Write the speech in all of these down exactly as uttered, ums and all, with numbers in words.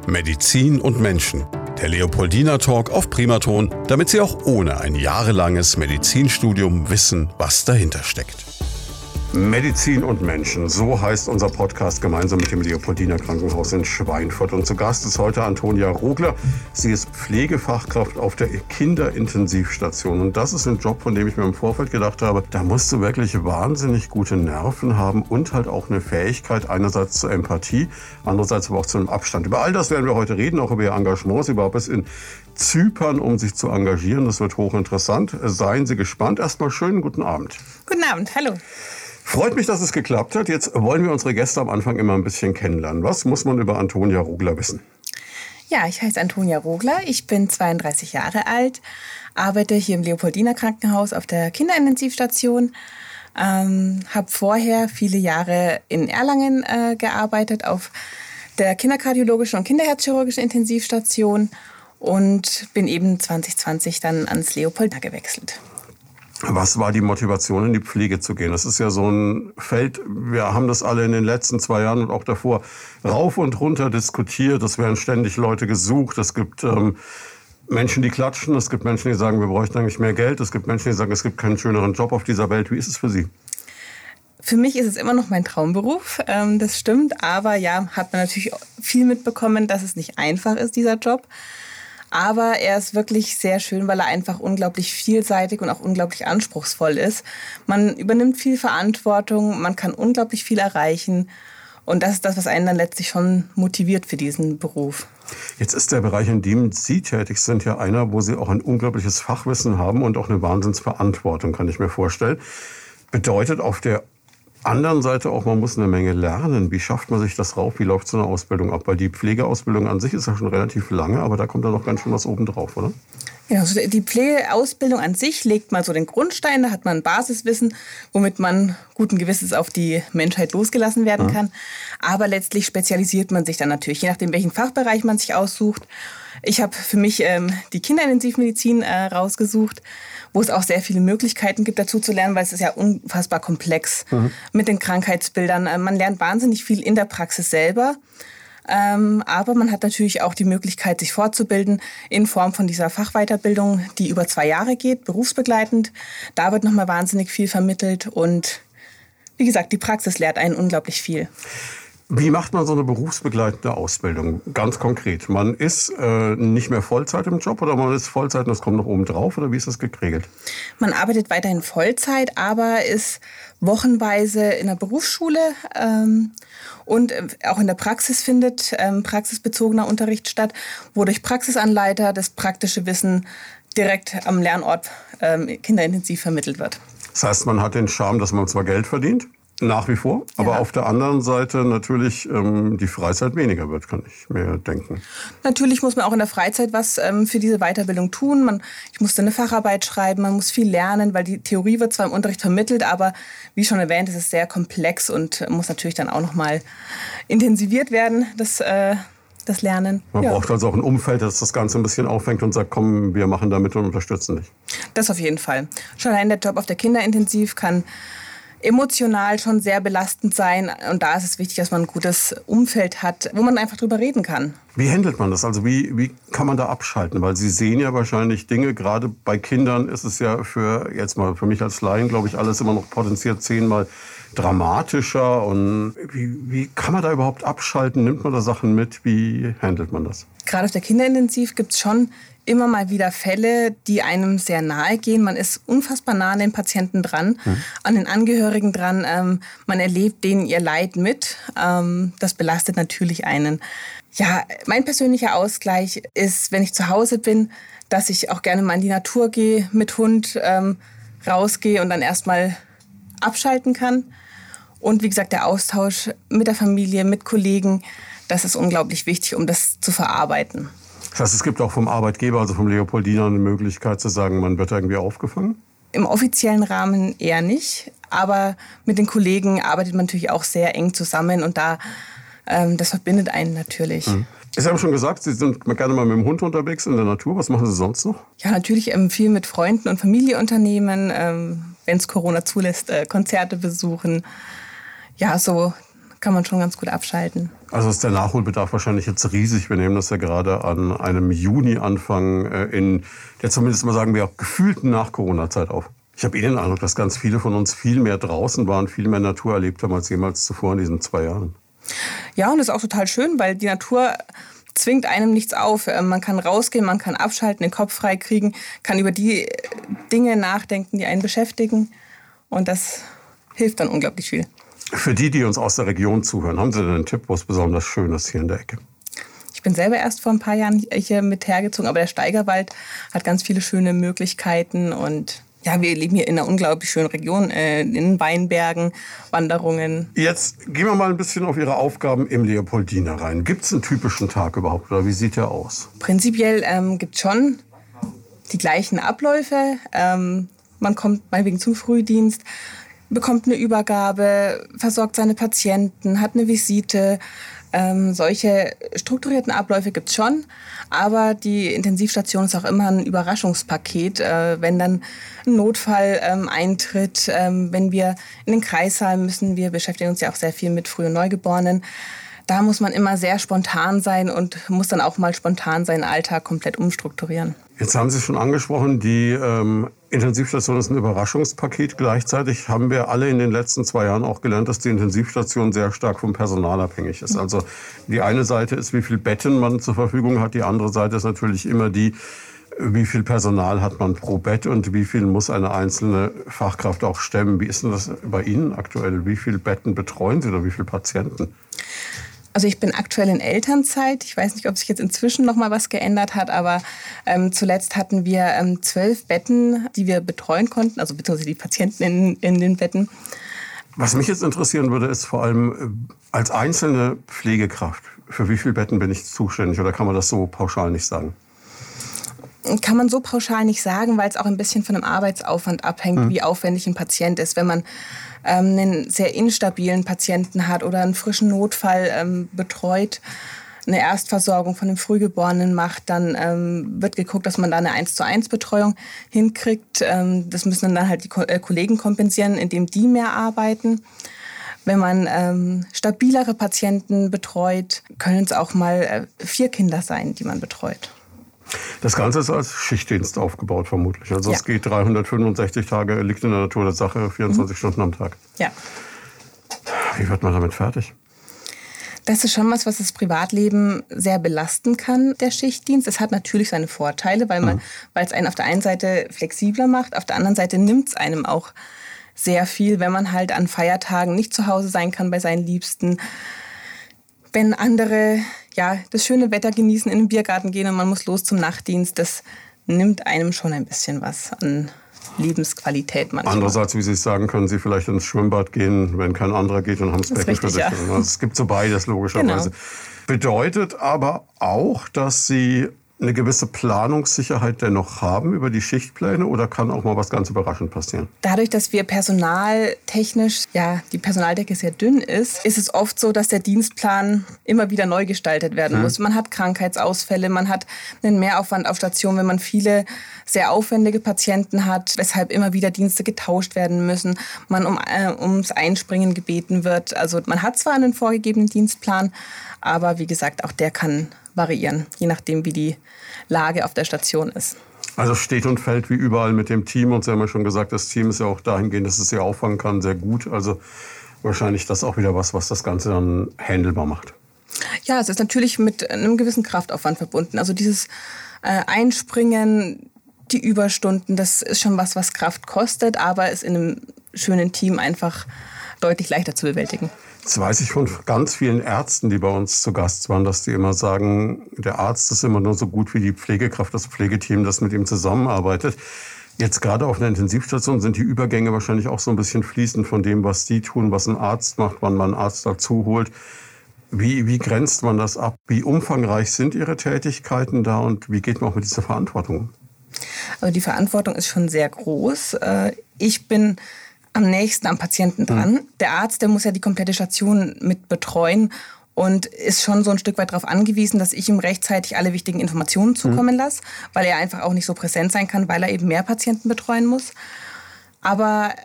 Medizin und Menschen. Der Leopoldina Talk auf Primaton, damit Sie auch ohne ein jahrelanges Medizinstudium wissen, was dahinter steckt. Medizin und Menschen, so heißt unser Podcast gemeinsam mit dem Leopoldina Krankenhaus in Schweinfurt. Und zu Gast ist heute Antonia Rogler. Sie ist Pflegefachkraft auf der Kinderintensivstation. Und das ist ein Job, von dem ich mir im Vorfeld gedacht habe, da musst du wirklich wahnsinnig gute Nerven haben und halt auch eine Fähigkeit einerseits zur Empathie, andererseits aber auch zu einem Abstand. Über all das werden wir heute reden, auch über ihr Engagement. Sie war bis in Zypern, um sich zu engagieren. Das wird hochinteressant. Seien Sie gespannt. Erstmal schönen guten Abend. Guten Abend, hallo. Freut mich, dass es geklappt hat. Jetzt wollen wir unsere Gäste am Anfang immer ein bisschen kennenlernen. Was muss man über Antonia Rogler wissen? Ja, ich heiße Antonia Rogler, ich bin zweiunddreißig Jahre alt, arbeite hier im Leopoldina Krankenhaus auf der Kinderintensivstation, ähm, habe vorher viele Jahre in Erlangen äh, gearbeitet auf der kinderkardiologischen und kinderherzchirurgischen Intensivstation und bin eben zwanzig zwanzig dann ans Leopoldina gewechselt. Was war die Motivation, in die Pflege zu gehen? Das ist ja so ein Feld, wir haben das alle in den letzten zwei Jahren und auch davor rauf und runter diskutiert. Es werden ständig Leute gesucht. Es gibt ähm, Menschen, die klatschen. Es gibt Menschen, die sagen, wir bräuchten eigentlich mehr Geld. Es gibt Menschen, die sagen, es gibt keinen schöneren Job auf dieser Welt. Wie ist es für Sie? Für mich ist es immer noch mein Traumberuf, ähm, das stimmt. Aber ja, hat man natürlich viel mitbekommen, dass es nicht einfach ist, dieser Job. Aber er ist wirklich sehr schön, weil er einfach unglaublich vielseitig und auch unglaublich anspruchsvoll ist. Man übernimmt viel Verantwortung, man kann unglaublich viel erreichen. Und das ist das, was einen dann letztlich schon motiviert für diesen Beruf. Jetzt ist der Bereich, in dem Sie tätig sind, ja einer, wo Sie auch ein unglaubliches Fachwissen haben und auch eine Wahnsinnsverantwortung, kann ich mir vorstellen. Bedeutet auf der anderen Seite auch, man muss eine Menge lernen. Wie schafft man sich das rauf? Wie läuft so eine Ausbildung ab? Weil die Pflegeausbildung an sich ist ja schon relativ lange, aber da kommt da noch ganz schön was oben drauf, oder? Ja, also die Pflegeausbildung an sich legt mal so den Grundstein, da hat man ein Basiswissen, womit man guten Gewissens auf die Menschheit losgelassen werden kann. Mhm. Aber letztlich spezialisiert man sich dann natürlich, je nachdem, welchen Fachbereich man sich aussucht. Ich habe für mich ähm, die Kinderintensivmedizin äh, rausgesucht, wo es auch sehr viele Möglichkeiten gibt, dazu zu lernen, weil es ist ja unfassbar komplex mhm. mit den Krankheitsbildern. Man lernt wahnsinnig viel in der Praxis selber, ähm, aber man hat natürlich auch die Möglichkeit, sich fortzubilden in Form von dieser Fachweiterbildung, die über zwei Jahre geht, berufsbegleitend. Da wird nochmal wahnsinnig viel vermittelt und wie gesagt, die Praxis lehrt einen unglaublich viel. Wie macht man so eine berufsbegleitende Ausbildung? Ganz konkret. Man ist äh, nicht mehr Vollzeit im Job oder man ist Vollzeit und das kommt noch oben drauf? Oder wie ist das geregelt? Man arbeitet weiterhin Vollzeit, aber ist wochenweise in der Berufsschule ähm, und auch in der Praxis findet ähm, praxisbezogener Unterricht statt, wo durch Praxisanleiter das praktische Wissen direkt am Lernort ähm, kinderintensiv vermittelt wird. Das heißt, man hat den Charme, dass man zwar Geld verdient, nach wie vor, aber ja. Auf der anderen Seite natürlich ähm, die Freizeit weniger wird, kann ich mir denken. Natürlich muss man auch in der Freizeit was ähm, für diese Weiterbildung tun. Man, ich musste eine Facharbeit schreiben, man muss viel lernen, weil die Theorie wird zwar im Unterricht vermittelt, aber wie schon erwähnt, ist es sehr komplex und muss natürlich dann auch nochmal intensiviert werden, das, äh, das Lernen. Man ja. braucht also auch ein Umfeld, das das Ganze ein bisschen auffängt und sagt, komm, wir machen da mit und unterstützen dich. Das auf jeden Fall. Schon allein der Job auf der Kinderintensiv kann emotional schon sehr belastend sein. Und da ist es wichtig, dass man ein gutes Umfeld hat, wo man einfach drüber reden kann. Wie handelt man das? Also wie, wie kann man da abschalten? Weil Sie sehen ja wahrscheinlich Dinge, gerade bei Kindern ist es ja für, jetzt mal für mich als Laien, glaube ich, alles immer noch potenziert zehnmal dramatischer. Und wie, wie kann man da überhaupt abschalten? Nimmt man da Sachen mit? Wie handelt man das? Gerade auf der Kinderintensiv gibt es schon immer mal wieder Fälle, die einem sehr nahe gehen. Man ist unfassbar nah an den Patienten dran, mhm. an den Angehörigen dran. Ähm, man erlebt denen ihr Leid mit. Ähm, das belastet natürlich einen. Ja, mein persönlicher Ausgleich ist, wenn ich zu Hause bin, dass ich auch gerne mal in die Natur gehe, mit Hund ähm, rausgehe und dann erstmal abschalten kann. Und wie gesagt, der Austausch mit der Familie, mit Kollegen, das ist unglaublich wichtig, um das zu verarbeiten. Das heißt, es gibt auch vom Arbeitgeber, also vom Leopoldina, eine Möglichkeit zu sagen, man wird irgendwie aufgefangen? Im offiziellen Rahmen eher nicht, aber mit den Kollegen arbeitet man natürlich auch sehr eng zusammen und da, ähm, das verbindet einen natürlich. Mhm. Sie haben schon gesagt, Sie sind gerne mal mit dem Hund unterwegs in der Natur. Was machen Sie sonst noch? Ja, natürlich ähm, viel mit Freunden und Familie unternehmen, ähm, wenn es Corona zulässt, äh, Konzerte besuchen. Ja, so kann man schon ganz gut abschalten. Also ist der Nachholbedarf wahrscheinlich jetzt riesig. Wir nehmen das ja gerade an einem Juni-Anfang in der zumindest mal sagen wir auch gefühlten Nach-Corona-Zeit auf. Ich habe eh den Eindruck, dass ganz viele von uns viel mehr draußen waren, viel mehr Natur erlebt haben als jemals zuvor in diesen zwei Jahren. Ja, und das ist auch total schön, weil die Natur zwingt einem nichts auf. Man kann rausgehen, man kann abschalten, den Kopf frei kriegen, kann über die Dinge nachdenken, die einen beschäftigen. Und das hilft dann unglaublich viel. Für die, die uns aus der Region zuhören, haben Sie denn einen Tipp, wo es besonders schön ist hier in der Ecke? Ich bin selber erst vor ein paar Jahren hier mit hergezogen, aber der Steigerwald hat ganz viele schöne Möglichkeiten. Und ja, wir leben hier in einer unglaublich schönen Region, äh, in Weinbergen, Wanderungen. Jetzt gehen wir mal ein bisschen auf Ihre Aufgaben im Leopoldina rein. Gibt es einen typischen Tag überhaupt oder wie sieht der aus? Prinzipiell ähm, gibt es schon die gleichen Abläufe. Ähm, man kommt meinetwegen zum Frühdienst, bekommt eine Übergabe, versorgt seine Patienten, hat eine Visite. Ähm, solche strukturierten Abläufe gibt es schon, aber die Intensivstation ist auch immer ein Überraschungspaket, äh, wenn dann ein Notfall ähm, eintritt, ähm, wenn wir in den Kreissaal müssen. Wir beschäftigen uns ja auch sehr viel mit Früh- und Neugeborenen. Da muss man immer sehr spontan sein und muss dann auch mal spontan seinen Alltag komplett umstrukturieren. Jetzt haben Sie schon angesprochen, die ähm, Intensivstation ist ein Überraschungspaket. Gleichzeitig haben wir alle in den letzten zwei Jahren auch gelernt, dass die Intensivstation sehr stark vom Personal abhängig ist. Also die eine Seite ist, wie viel Betten man zur Verfügung hat. Die andere Seite ist natürlich immer die, wie viel Personal hat man pro Bett und wie viel muss eine einzelne Fachkraft auch stemmen. Wie ist denn das bei Ihnen aktuell? Wie viele Betten betreuen Sie oder wie viele Patienten? Also ich bin aktuell in Elternzeit. Ich weiß nicht, ob sich jetzt inzwischen noch mal was geändert hat, aber ähm, zuletzt hatten wir ähm, zwölf Betten, die wir betreuen konnten, also beziehungsweise die Patienten in, in den Betten. Was mich jetzt interessieren würde, ist vor allem äh, als einzelne Pflegekraft, für wie viele Betten bin ich zuständig oder kann man das so pauschal nicht sagen? Kann man so pauschal nicht sagen, weil es auch ein bisschen von dem Arbeitsaufwand abhängt, mhm. wie aufwendig ein Patient ist. Wenn man ähm, einen sehr instabilen Patienten hat oder einen frischen Notfall ähm, betreut, eine Erstversorgung von einem Frühgeborenen macht, dann ähm, wird geguckt, dass man da eine eins zu eins Betreuung hinkriegt. Ähm, das müssen dann halt die Ko- äh, Kollegen kompensieren, indem die mehr arbeiten. Wenn man ähm, stabilere Patienten betreut, können es auch mal äh, vier Kinder sein, die man betreut. Das Ganze ist als Schichtdienst aufgebaut vermutlich. Also ja. Es geht dreihundertfünfundsechzig Tage, liegt in der Natur der Sache, vierundzwanzig mhm. Stunden am Tag. Ja. Wie wird man damit fertig? Das ist schon was, was das Privatleben sehr belasten kann, der Schichtdienst. Es hat natürlich seine Vorteile, weil man, mhm. weil es einen auf der einen Seite flexibler macht, auf der anderen Seite nimmt es einem auch sehr viel, wenn man halt an Feiertagen nicht zu Hause sein kann bei seinen Liebsten. Wenn andere ja, das schöne Wetter genießen, in den Biergarten gehen und man muss los zum Nachtdienst, das nimmt einem schon ein bisschen was an Lebensqualität manchmal. Andererseits, wie Sie es sagen, können Sie vielleicht ins Schwimmbad gehen, wenn kein anderer geht und haben das Becken für sich. Ja. Also es gibt so beides logischerweise. Genau. Bedeutet aber auch, dass Sie eine gewisse Planungssicherheit dennoch haben über die Schichtpläne oder kann auch mal was ganz überraschend passieren? Dadurch, dass wir personaltechnisch, ja, die Personaldecke sehr dünn ist, ist es oft so, dass der Dienstplan immer wieder neu gestaltet werden mhm. muss. Man hat Krankheitsausfälle, man hat einen Mehraufwand auf Station, wenn man viele sehr aufwendige Patienten hat, weshalb immer wieder Dienste getauscht werden müssen, man um, äh, ums Einspringen gebeten wird. Also man hat zwar einen vorgegebenen Dienstplan, aber wie gesagt, auch der kann variieren, je nachdem, wie die Lage auf der Station ist. Also steht und fällt wie überall mit dem Team. Und Sie haben ja schon gesagt, das Team ist ja auch dahingehend, dass es sie auffangen kann, sehr gut. Also wahrscheinlich das auch wieder was, was das Ganze dann handelbar macht. Ja, es ist natürlich mit einem gewissen Kraftaufwand verbunden. Also dieses äh, Einspringen, die Überstunden, das ist schon was, was Kraft kostet, aber ist in einem schönen Team einfach deutlich leichter zu bewältigen. Das weiß ich von ganz vielen Ärzten, die bei uns zu Gast waren, dass die immer sagen, der Arzt ist immer nur so gut wie die Pflegekraft, das Pflegeteam, das mit ihm zusammenarbeitet. Jetzt gerade auf einer Intensivstation sind die Übergänge wahrscheinlich auch so ein bisschen fließend von dem, was die tun, was ein Arzt macht, wann man einen Arzt dazu holt. Wie, wie grenzt man das ab? Wie umfangreich sind Ihre Tätigkeiten da und wie geht man auch mit dieser Verantwortung um? Also die Verantwortung ist schon sehr groß. Ich bin am nächsten am Patienten dran. Mhm. Der Arzt, der muss ja die komplette Station mit betreuen und ist schon so ein Stück weit darauf angewiesen, dass ich ihm rechtzeitig alle wichtigen Informationen zukommen mhm. lasse, weil er einfach auch nicht so präsent sein kann, weil er eben mehr Patienten betreuen muss. Aber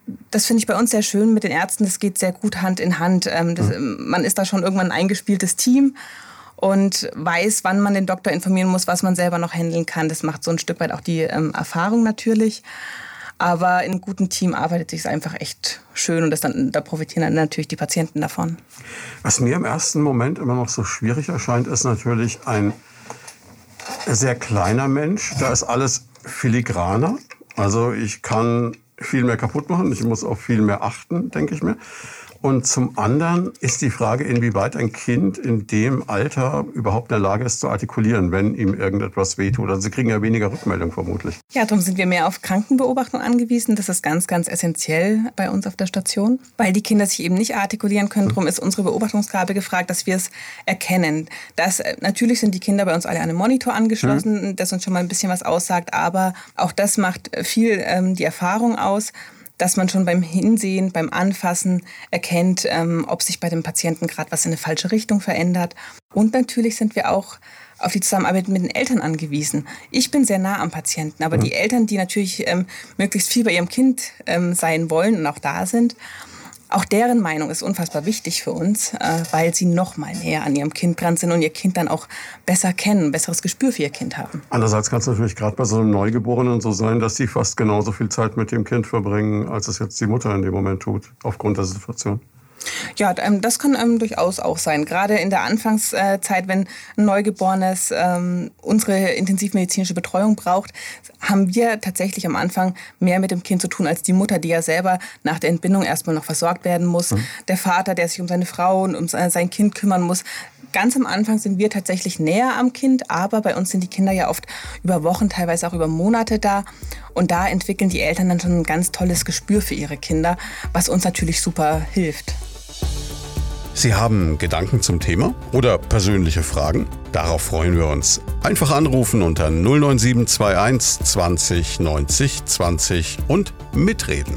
das finde ich bei uns sehr schön mit den Ärzten. Das geht sehr gut Hand in Hand. Ähm, das, mhm. Man ist da schon irgendwann ein eingespieltes Team und weiß, wann man den Doktor informieren muss, was man selber noch handeln kann. Das macht so ein Stück weit auch die ähm, Erfahrung natürlich. Aber in einem guten Team arbeitet es sich einfach echt schön und das dann, da profitieren dann natürlich die Patienten davon. Was mir im ersten Moment immer noch so schwierig erscheint, ist natürlich ein sehr kleiner Mensch. Da ist alles filigraner. Also ich kann viel mehr kaputt machen. Ich muss auf viel mehr achten, denke ich mir. Und zum anderen ist die Frage, inwieweit ein Kind in dem Alter überhaupt in der Lage ist zu artikulieren, wenn ihm irgendetwas wehtut. Also sie kriegen ja weniger Rückmeldung vermutlich. Ja, darum sind wir mehr auf Krankenbeobachtung angewiesen. Das ist ganz, ganz essentiell bei uns auf der Station, weil die Kinder sich eben nicht artikulieren können. Darum ist unsere Beobachtungsgabe gefragt, dass wir es erkennen. Das, natürlich sind die Kinder bei uns alle an einen Monitor angeschlossen, mhm. das uns schon mal ein bisschen was aussagt. Aber auch das macht viel ähm, die Erfahrung aus, dass man schon beim Hinsehen, beim Anfassen erkennt, ähm, ob sich bei dem Patienten gerade was in eine falsche Richtung verändert. Und natürlich sind wir auch auf die Zusammenarbeit mit den Eltern angewiesen. Ich bin sehr nah am Patienten, aber mhm. die Eltern, die natürlich ähm, möglichst viel bei ihrem Kind ähm, sein wollen und auch da sind, auch deren Meinung ist unfassbar wichtig für uns, äh, weil sie noch mal näher an ihrem Kind dran sind und ihr Kind dann auch besser kennen, ein besseres Gespür für ihr Kind haben. Andererseits kann es natürlich gerade bei so einem Neugeborenen so sein, dass sie fast genauso viel Zeit mit dem Kind verbringen, als es jetzt die Mutter in dem Moment tut, aufgrund der Situation. Ja, das kann ähm, durchaus auch sein. Gerade in der Anfangszeit, wenn ein Neugeborenes ähm, unsere intensivmedizinische Betreuung braucht, haben wir tatsächlich am Anfang mehr mit dem Kind zu tun als die Mutter, die ja selber nach der Entbindung erstmal noch versorgt werden muss. Mhm. Der Vater, der sich um seine Frau und um sein Kind kümmern muss. Ganz am Anfang sind wir tatsächlich näher am Kind, aber bei uns sind die Kinder ja oft über Wochen, teilweise auch über Monate da. Und da entwickeln die Eltern dann schon ein ganz tolles Gespür für ihre Kinder, was uns natürlich super hilft. Sie haben Gedanken zum Thema oder persönliche Fragen? Darauf freuen wir uns. Einfach anrufen unter null neun sieben zwei eins zwanzig neunzig zwanzig und mitreden.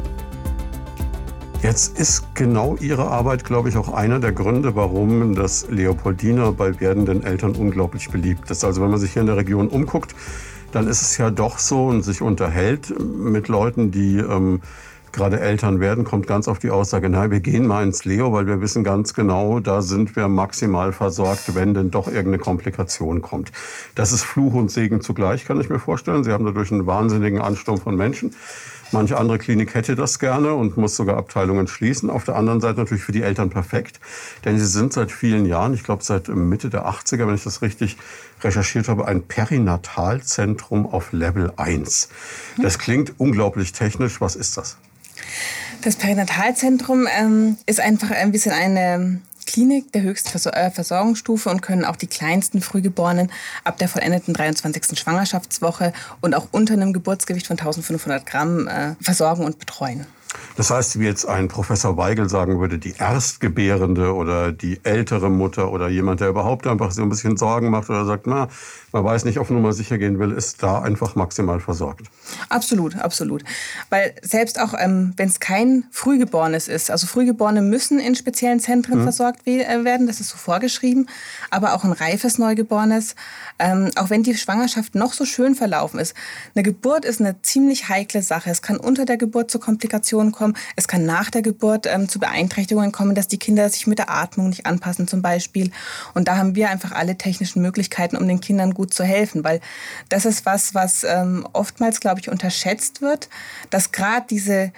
Jetzt ist genau Ihre Arbeit, glaube ich, auch einer der Gründe, warum das Leopoldiner bei werdenden Eltern unglaublich beliebt ist. Also wenn man sich hier in der Region umguckt, dann ist es ja doch so und sich unterhält mit Leuten, die ähm, gerade Eltern werden, kommt ganz auf die Aussage, nein, wir gehen mal ins Leo, weil wir wissen ganz genau, da sind wir maximal versorgt, wenn denn doch irgendeine Komplikation kommt. Das ist Fluch und Segen zugleich, kann ich mir vorstellen. Sie haben dadurch einen wahnsinnigen Ansturm von Menschen. Manche andere Klinik hätte das gerne und muss sogar Abteilungen schließen. Auf der anderen Seite natürlich für die Eltern perfekt, denn sie sind seit vielen Jahren, ich glaube seit Mitte der achtziger, wenn ich das richtig recherchiert habe, ein Perinatalzentrum auf Level eins. Das klingt unglaublich technisch. Was ist das? Das Perinatalzentrum ähm, ist einfach ein bisschen eine Klinik der höchsten Vers- äh, Versorgungsstufe und können auch die kleinsten Frühgeborenen ab der vollendeten dreiundzwanzigsten Schwangerschaftswoche und auch unter einem Geburtsgewicht von eintausendfünfhundert Gramm äh, versorgen und betreuen. Das heißt, wie jetzt ein Professor Weigel sagen würde, die Erstgebärende oder die ältere Mutter oder jemand, der überhaupt einfach so ein bisschen Sorgen macht oder sagt, na, man weiß nicht, auf Nummer sicher gehen will, ist da einfach maximal versorgt. Absolut, absolut. Weil selbst auch, ähm, wenn es kein Frühgeborenes ist, also Frühgeborene müssen in speziellen Zentren mhm. versorgt we- werden, das ist so vorgeschrieben, aber auch ein reifes Neugeborenes, ähm, auch wenn die Schwangerschaft noch so schön verlaufen ist. Eine Geburt ist eine ziemlich heikle Sache. Es kann unter der Geburt zu Komplikationen kommen, es kann nach der Geburt ähm, zu Beeinträchtigungen kommen, dass die Kinder sich mit der Atmung nicht anpassen zum Beispiel. Und da haben wir einfach alle technischen Möglichkeiten, um den Kindern gut zu helfen, weil das ist was, was ähm, oftmals, glaube ich, unterschätzt wird, dass gerade diese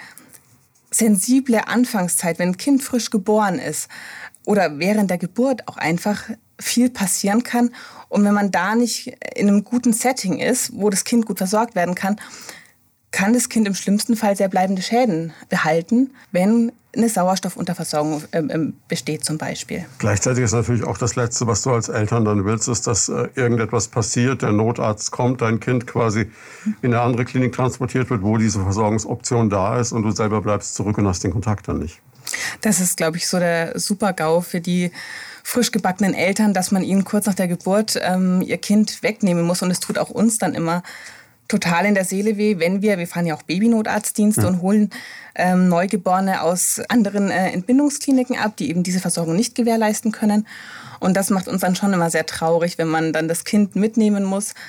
sensible Anfangszeit, wenn ein Kind frisch geboren ist oder während der Geburt auch einfach viel passieren kann. Und wenn man da nicht in einem guten Setting ist, wo das Kind gut versorgt werden kann, kann das Kind im schlimmsten Fall sehr bleibende Schäden behalten, wenn eine Sauerstoffunterversorgung äh, besteht zum Beispiel. Gleichzeitig ist natürlich auch das Letzte, was du als Eltern dann willst, ist, dass äh, irgendetwas passiert, der Notarzt kommt, dein Kind quasi in eine andere Klinik transportiert wird, wo diese Versorgungsoption da ist und du selber bleibst zurück und hast den Kontakt dann nicht. Das ist, glaube ich, so der Super-GAU für die frisch gebackenen Eltern, dass man ihnen kurz nach der Geburt ähm, ihr Kind wegnehmen muss. Und es tut auch uns dann immer total in der Seele weh, wenn wir, wir fahren ja auch Babynotarztdienste ja. und holen ähm, Neugeborene aus anderen äh, Entbindungskliniken ab, die eben diese Versorgung nicht gewährleisten können. Und das macht uns dann schon immer sehr traurig, wenn man dann das Kind mitnehmen muss,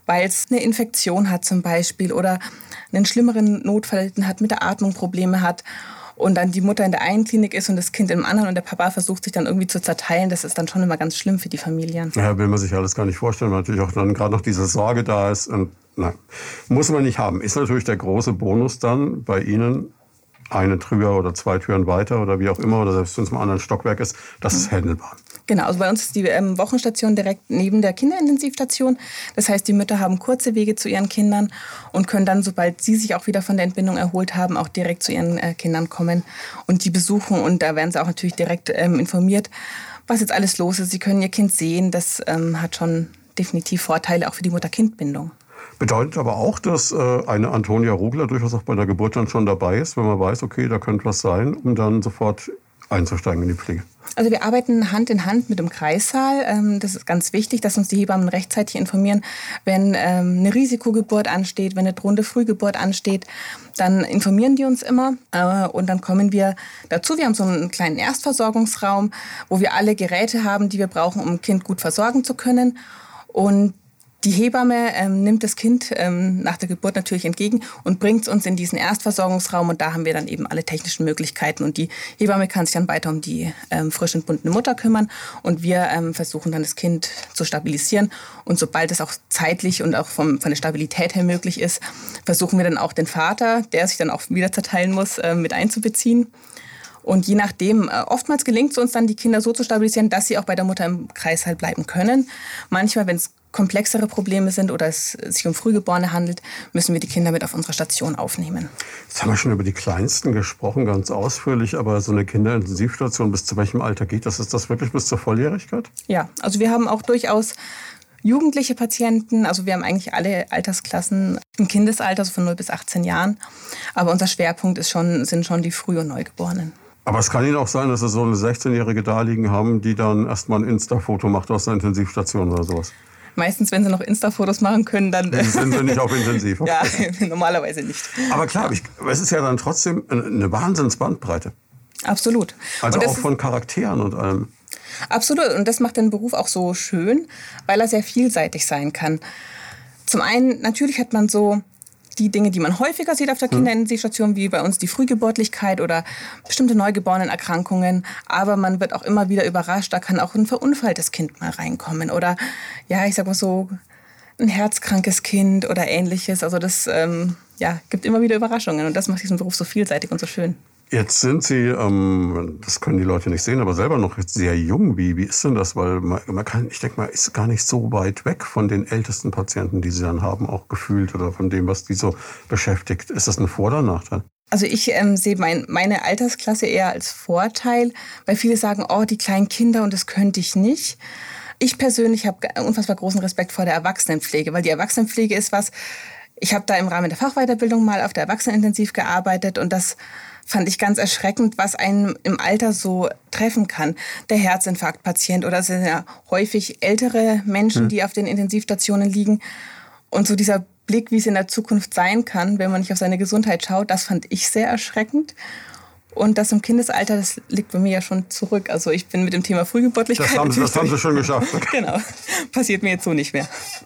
weil es eine Infektion hat zum Beispiel oder einen schlimmeren Notfall hat, mit der Atmung Probleme hat und dann die Mutter in der einen Klinik ist und das Kind im anderen und der Papa versucht sich dann irgendwie zu zerteilen, das ist dann schon immer ganz schlimm für die Familien. Ja, will man sich alles gar nicht vorstellen, weil natürlich auch dann gerade noch diese Sorge da ist. Und nein, muss man nicht haben. Ist natürlich der große Bonus dann bei Ihnen, eine Tür oder zwei Türen weiter oder wie auch immer, oder selbst wenn es mal ein anderes Stockwerk ist, das ist handelbar. Genau, also bei uns ist die ähm, Wochenstation direkt neben der Kinderintensivstation. Das heißt, die Mütter haben kurze Wege zu ihren Kindern und können dann, sobald sie sich auch wieder von der Entbindung erholt haben, auch direkt zu ihren äh, Kindern kommen und die besuchen. Und da werden sie auch natürlich direkt ähm, informiert, was jetzt alles los ist. Sie können ihr Kind sehen. Das ähm, hat schon definitiv Vorteile auch für die Mutter-Kind-Bindung. Bedeutet aber auch, dass äh, eine Antonia Rogler durchaus auch bei der Geburt dann schon dabei ist, wenn man weiß, okay, da könnte was sein, um dann sofort einzusteigen in die Pflege. Also wir arbeiten Hand in Hand mit dem Kreissaal. Das ist ganz wichtig, dass uns die Hebammen rechtzeitig informieren, wenn eine Risikogeburt ansteht, wenn eine drohende Frühgeburt ansteht. Dann informieren die uns immer und dann kommen wir dazu. Wir haben so einen kleinen Erstversorgungsraum, wo wir alle Geräte haben, die wir brauchen, um ein Kind gut versorgen zu können. Und die Hebamme ähm, nimmt das Kind ähm, nach der Geburt natürlich entgegen und bringt es uns in diesen Erstversorgungsraum. Und da haben wir dann eben alle technischen Möglichkeiten. Und die Hebamme kann sich dann weiter um die ähm, frisch entbundene Mutter kümmern. Und wir ähm, versuchen dann das Kind zu stabilisieren. Und sobald es auch zeitlich und auch vom, von der Stabilität her möglich ist, versuchen wir dann auch den Vater, der sich dann auch wieder zerteilen muss, äh, mit einzubeziehen. Und je nachdem, oftmals gelingt es uns dann, die Kinder so zu stabilisieren, dass sie auch bei der Mutter im Kreißsaal bleiben können. Manchmal, wenn es komplexere Probleme sind oder es sich um Frühgeborene handelt, müssen wir die Kinder mit auf unserer Station aufnehmen. Jetzt haben wir schon über die Kleinsten gesprochen, ganz ausführlich, aber so eine Kinderintensivstation, bis zu welchem Alter geht das? Ist das wirklich bis zur Volljährigkeit? Ja, also wir haben auch durchaus jugendliche Patienten, also wir haben eigentlich alle Altersklassen im Kindesalter, also von null bis achtzehn Jahren, aber unser Schwerpunkt ist schon, sind schon die Früh- und Neugeborenen. Aber es kann Ihnen auch sein, dass Sie so eine sechzehnjährige da liegen haben, die dann erstmal ein Insta-Foto macht aus der Intensivstation oder sowas. Meistens, wenn sie noch Insta-Fotos machen können, dann... Dann sind sie nicht auf intensiv. Okay. Ja, normalerweise nicht. Aber klar, ich, es ist ja dann trotzdem eine Wahnsinnsbandbreite. Absolut. Also und auch von Charakteren und allem. Absolut. Und das macht den Beruf auch so schön, weil er sehr vielseitig sein kann. Zum einen, natürlich hat man so die Dinge, die man häufiger sieht auf der Kinderintensivstation, wie bei uns die Frühgeburtlichkeit oder bestimmte Neugeborenenerkrankungen. Aber man wird auch immer wieder überrascht, da kann auch ein verunfalltes Kind mal reinkommen. Oder, ja, ich sag mal so, ein herzkrankes Kind oder Ähnliches. Also das ähm, ja, gibt immer wieder Überraschungen. Und das macht diesen Beruf so vielseitig und so schön. Jetzt sind Sie, ähm, das können die Leute nicht sehen, aber selber noch sehr jung. Wie, wie ist denn das? Weil man, man kann, ich denke mal, ist gar nicht so weit weg von den ältesten Patienten, die Sie dann haben, auch gefühlt oder von dem, was die so beschäftigt. Ist das ein Vor- oder Nachteil? Also ich ähm, sehe mein, meine Altersklasse eher als Vorteil, weil viele sagen, oh, die kleinen Kinder und das könnte ich nicht. Ich persönlich habe unfassbar großen Respekt vor der Erwachsenenpflege, weil die Erwachsenenpflege ist was, ich habe da im Rahmen der Fachweiterbildung mal auf der Erwachsenenintensiv gearbeitet und das fand ich ganz erschreckend, was einen im Alter so treffen kann. Der Herzinfarktpatient oder es sind ja häufig ältere Menschen, die auf den Intensivstationen liegen. Und so dieser Blick, wie es in der Zukunft sein kann, wenn man nicht auf seine Gesundheit schaut, das fand ich sehr erschreckend. Und das im Kindesalter, das liegt bei mir ja schon zurück. Also ich bin mit dem Thema Frühgeburtlichkeit... Das haben Sie, das haben Sie schon geschafft. Genau, passiert mir jetzt so nicht mehr.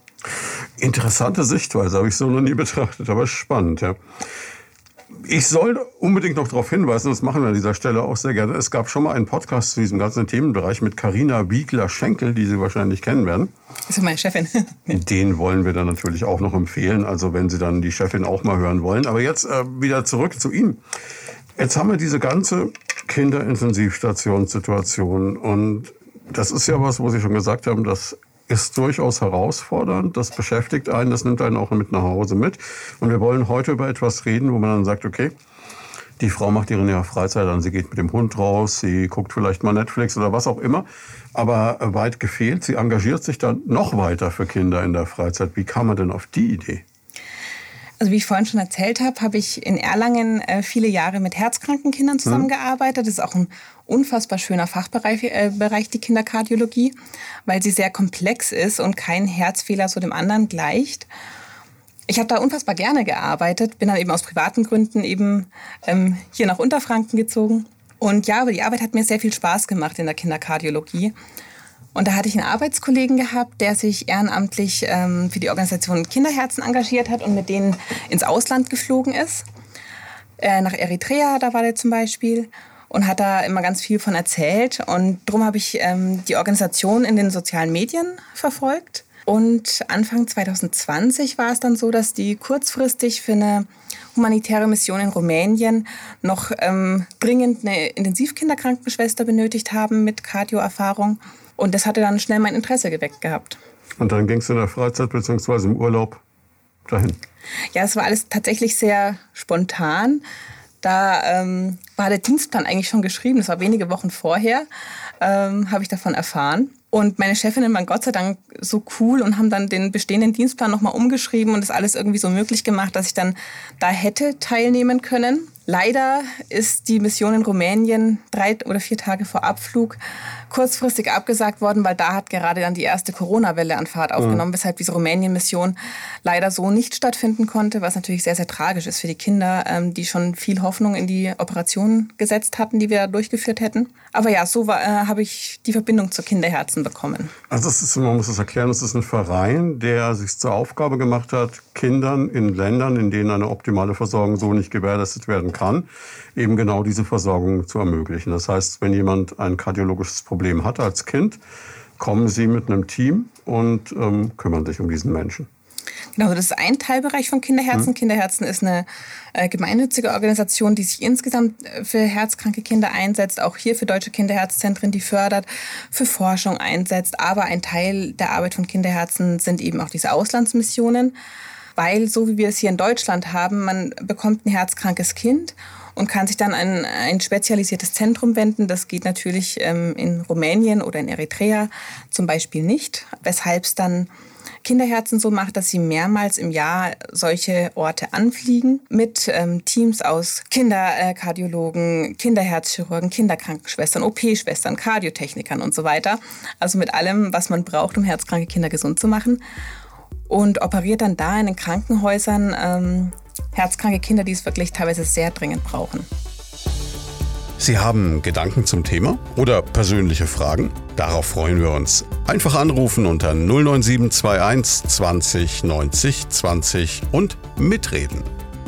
Interessante Sichtweise, habe ich so noch nie betrachtet, aber spannend, ja. Ich soll unbedingt noch darauf hinweisen, das machen wir an dieser Stelle auch sehr gerne. Es gab schon mal einen Podcast zu diesem ganzen Themenbereich mit Carina Wiegler-Schenkel, die Sie wahrscheinlich kennen werden. Das ist meine Chefin. Den wollen wir dann natürlich auch noch empfehlen, also wenn Sie dann die Chefin auch mal hören wollen. Aber jetzt äh, wieder zurück zu Ihnen. Jetzt haben wir diese ganze Kinderintensivstationssituation und das ist ja was, wo Sie schon gesagt haben, das ist durchaus herausfordernd, das beschäftigt einen, das nimmt einen auch mit nach Hause mit. Und wir wollen heute über etwas reden, wo man dann sagt, okay, die Frau macht ihre in ihrer Freizeit an, sie geht mit dem Hund raus, sie guckt vielleicht mal Netflix oder was auch immer, aber weit gefehlt, sie engagiert sich dann noch weiter für Kinder in der Freizeit. Wie kam man denn auf die Idee? Also wie ich vorhin schon erzählt habe, habe ich in Erlangen äh, viele Jahre mit herzkranken Kindern zusammengearbeitet. Das ist auch ein unfassbar schöner Fachbereich, äh, Bereich, die Kinderkardiologie, weil sie sehr komplex ist und kein Herzfehler so dem anderen gleicht. Ich habe da unfassbar gerne gearbeitet, bin dann eben aus privaten Gründen eben ähm, hier nach Unterfranken gezogen. Und ja, aber die Arbeit hat mir sehr viel Spaß gemacht in der Kinderkardiologie. Und da hatte ich einen Arbeitskollegen gehabt, der sich ehrenamtlich ähm, für die Organisation Kinderherzen engagiert hat und mit denen ins Ausland geflogen ist. Äh, nach Eritrea, da war der zum Beispiel. Und hat da immer ganz viel von erzählt. Und darum habe ich ähm, die Organisation in den sozialen Medien verfolgt. Und Anfang zwanzig zwanzig war es dann so, dass die kurzfristig für eine humanitäre Mission in Rumänien noch ähm, dringend eine Intensivkinderkrankenschwester benötigt haben mit Cardio-Erfahrung. Und das hatte dann schnell mein Interesse geweckt gehabt. Und dann ging es in der Freizeit bzw. im Urlaub dahin? Ja, es war alles tatsächlich sehr spontan. Da ähm, war der Dienstplan eigentlich schon geschrieben, das war wenige Wochen vorher, ähm, habe ich davon erfahren. Und meine Chefinnen waren Gott sei Dank so cool und haben dann den bestehenden Dienstplan nochmal umgeschrieben und das alles irgendwie so möglich gemacht, dass ich dann da hätte teilnehmen können. Leider ist die Mission in Rumänien drei oder vier Tage vor Abflug kurzfristig abgesagt worden, weil da hat gerade dann die erste Corona-Welle an Fahrt aufgenommen, mhm. weshalb diese Rumänien-Mission leider so nicht stattfinden konnte, was natürlich sehr, sehr tragisch ist für die Kinder, die schon viel Hoffnung in die Operation gesetzt hatten, die wir durchgeführt hätten. Aber ja, so war, äh, habe ich die Verbindung zu Kinderherzen bekommen. Also das ist, man muss es erklären, das ist ein Verein, der sich zur Aufgabe gemacht hat, Kindern in Ländern, in denen eine optimale Versorgung so nicht gewährleistet werden kann, eben genau diese Versorgung zu ermöglichen. Das heißt, wenn jemand ein kardiologisches Problem hat als Kind, kommen sie mit einem Team und ähm, kümmern sich um diesen Menschen. Genau, das ist ein Teilbereich von Kinderherzen. Hm. Kinderherzen ist eine äh, gemeinnützige Organisation, die sich insgesamt für herzkranke Kinder einsetzt, auch hier für deutsche Kinderherzzentren, die fördert, für Forschung einsetzt. Aber ein Teil der Arbeit von Kinderherzen sind eben auch diese Auslandsmissionen, weil so wie wir es hier in Deutschland haben, man bekommt ein herzkrankes Kind und kann sich dann an ein spezialisiertes Zentrum wenden. Das geht natürlich ähm, in Rumänien oder in Eritrea zum Beispiel nicht, weshalb es dann Kinderherzen so macht, dass sie mehrmals im Jahr solche Orte anfliegen mit ähm, Teams aus Kinderkardiologen, Kinderherzchirurgen, Kinderkrankenschwestern, O P-Schwestern, Kardiotechnikern und so weiter. Also mit allem, was man braucht, um herzkranke Kinder gesund zu machen. Und operiert dann da in den Krankenhäusern ähm, herzkranke Kinder, die es wirklich teilweise sehr dringend brauchen. Sie haben Gedanken zum Thema oder persönliche Fragen? Darauf freuen wir uns. Einfach anrufen unter null neun sieben zwei eins zwanzig neunzig zwanzig und mitreden.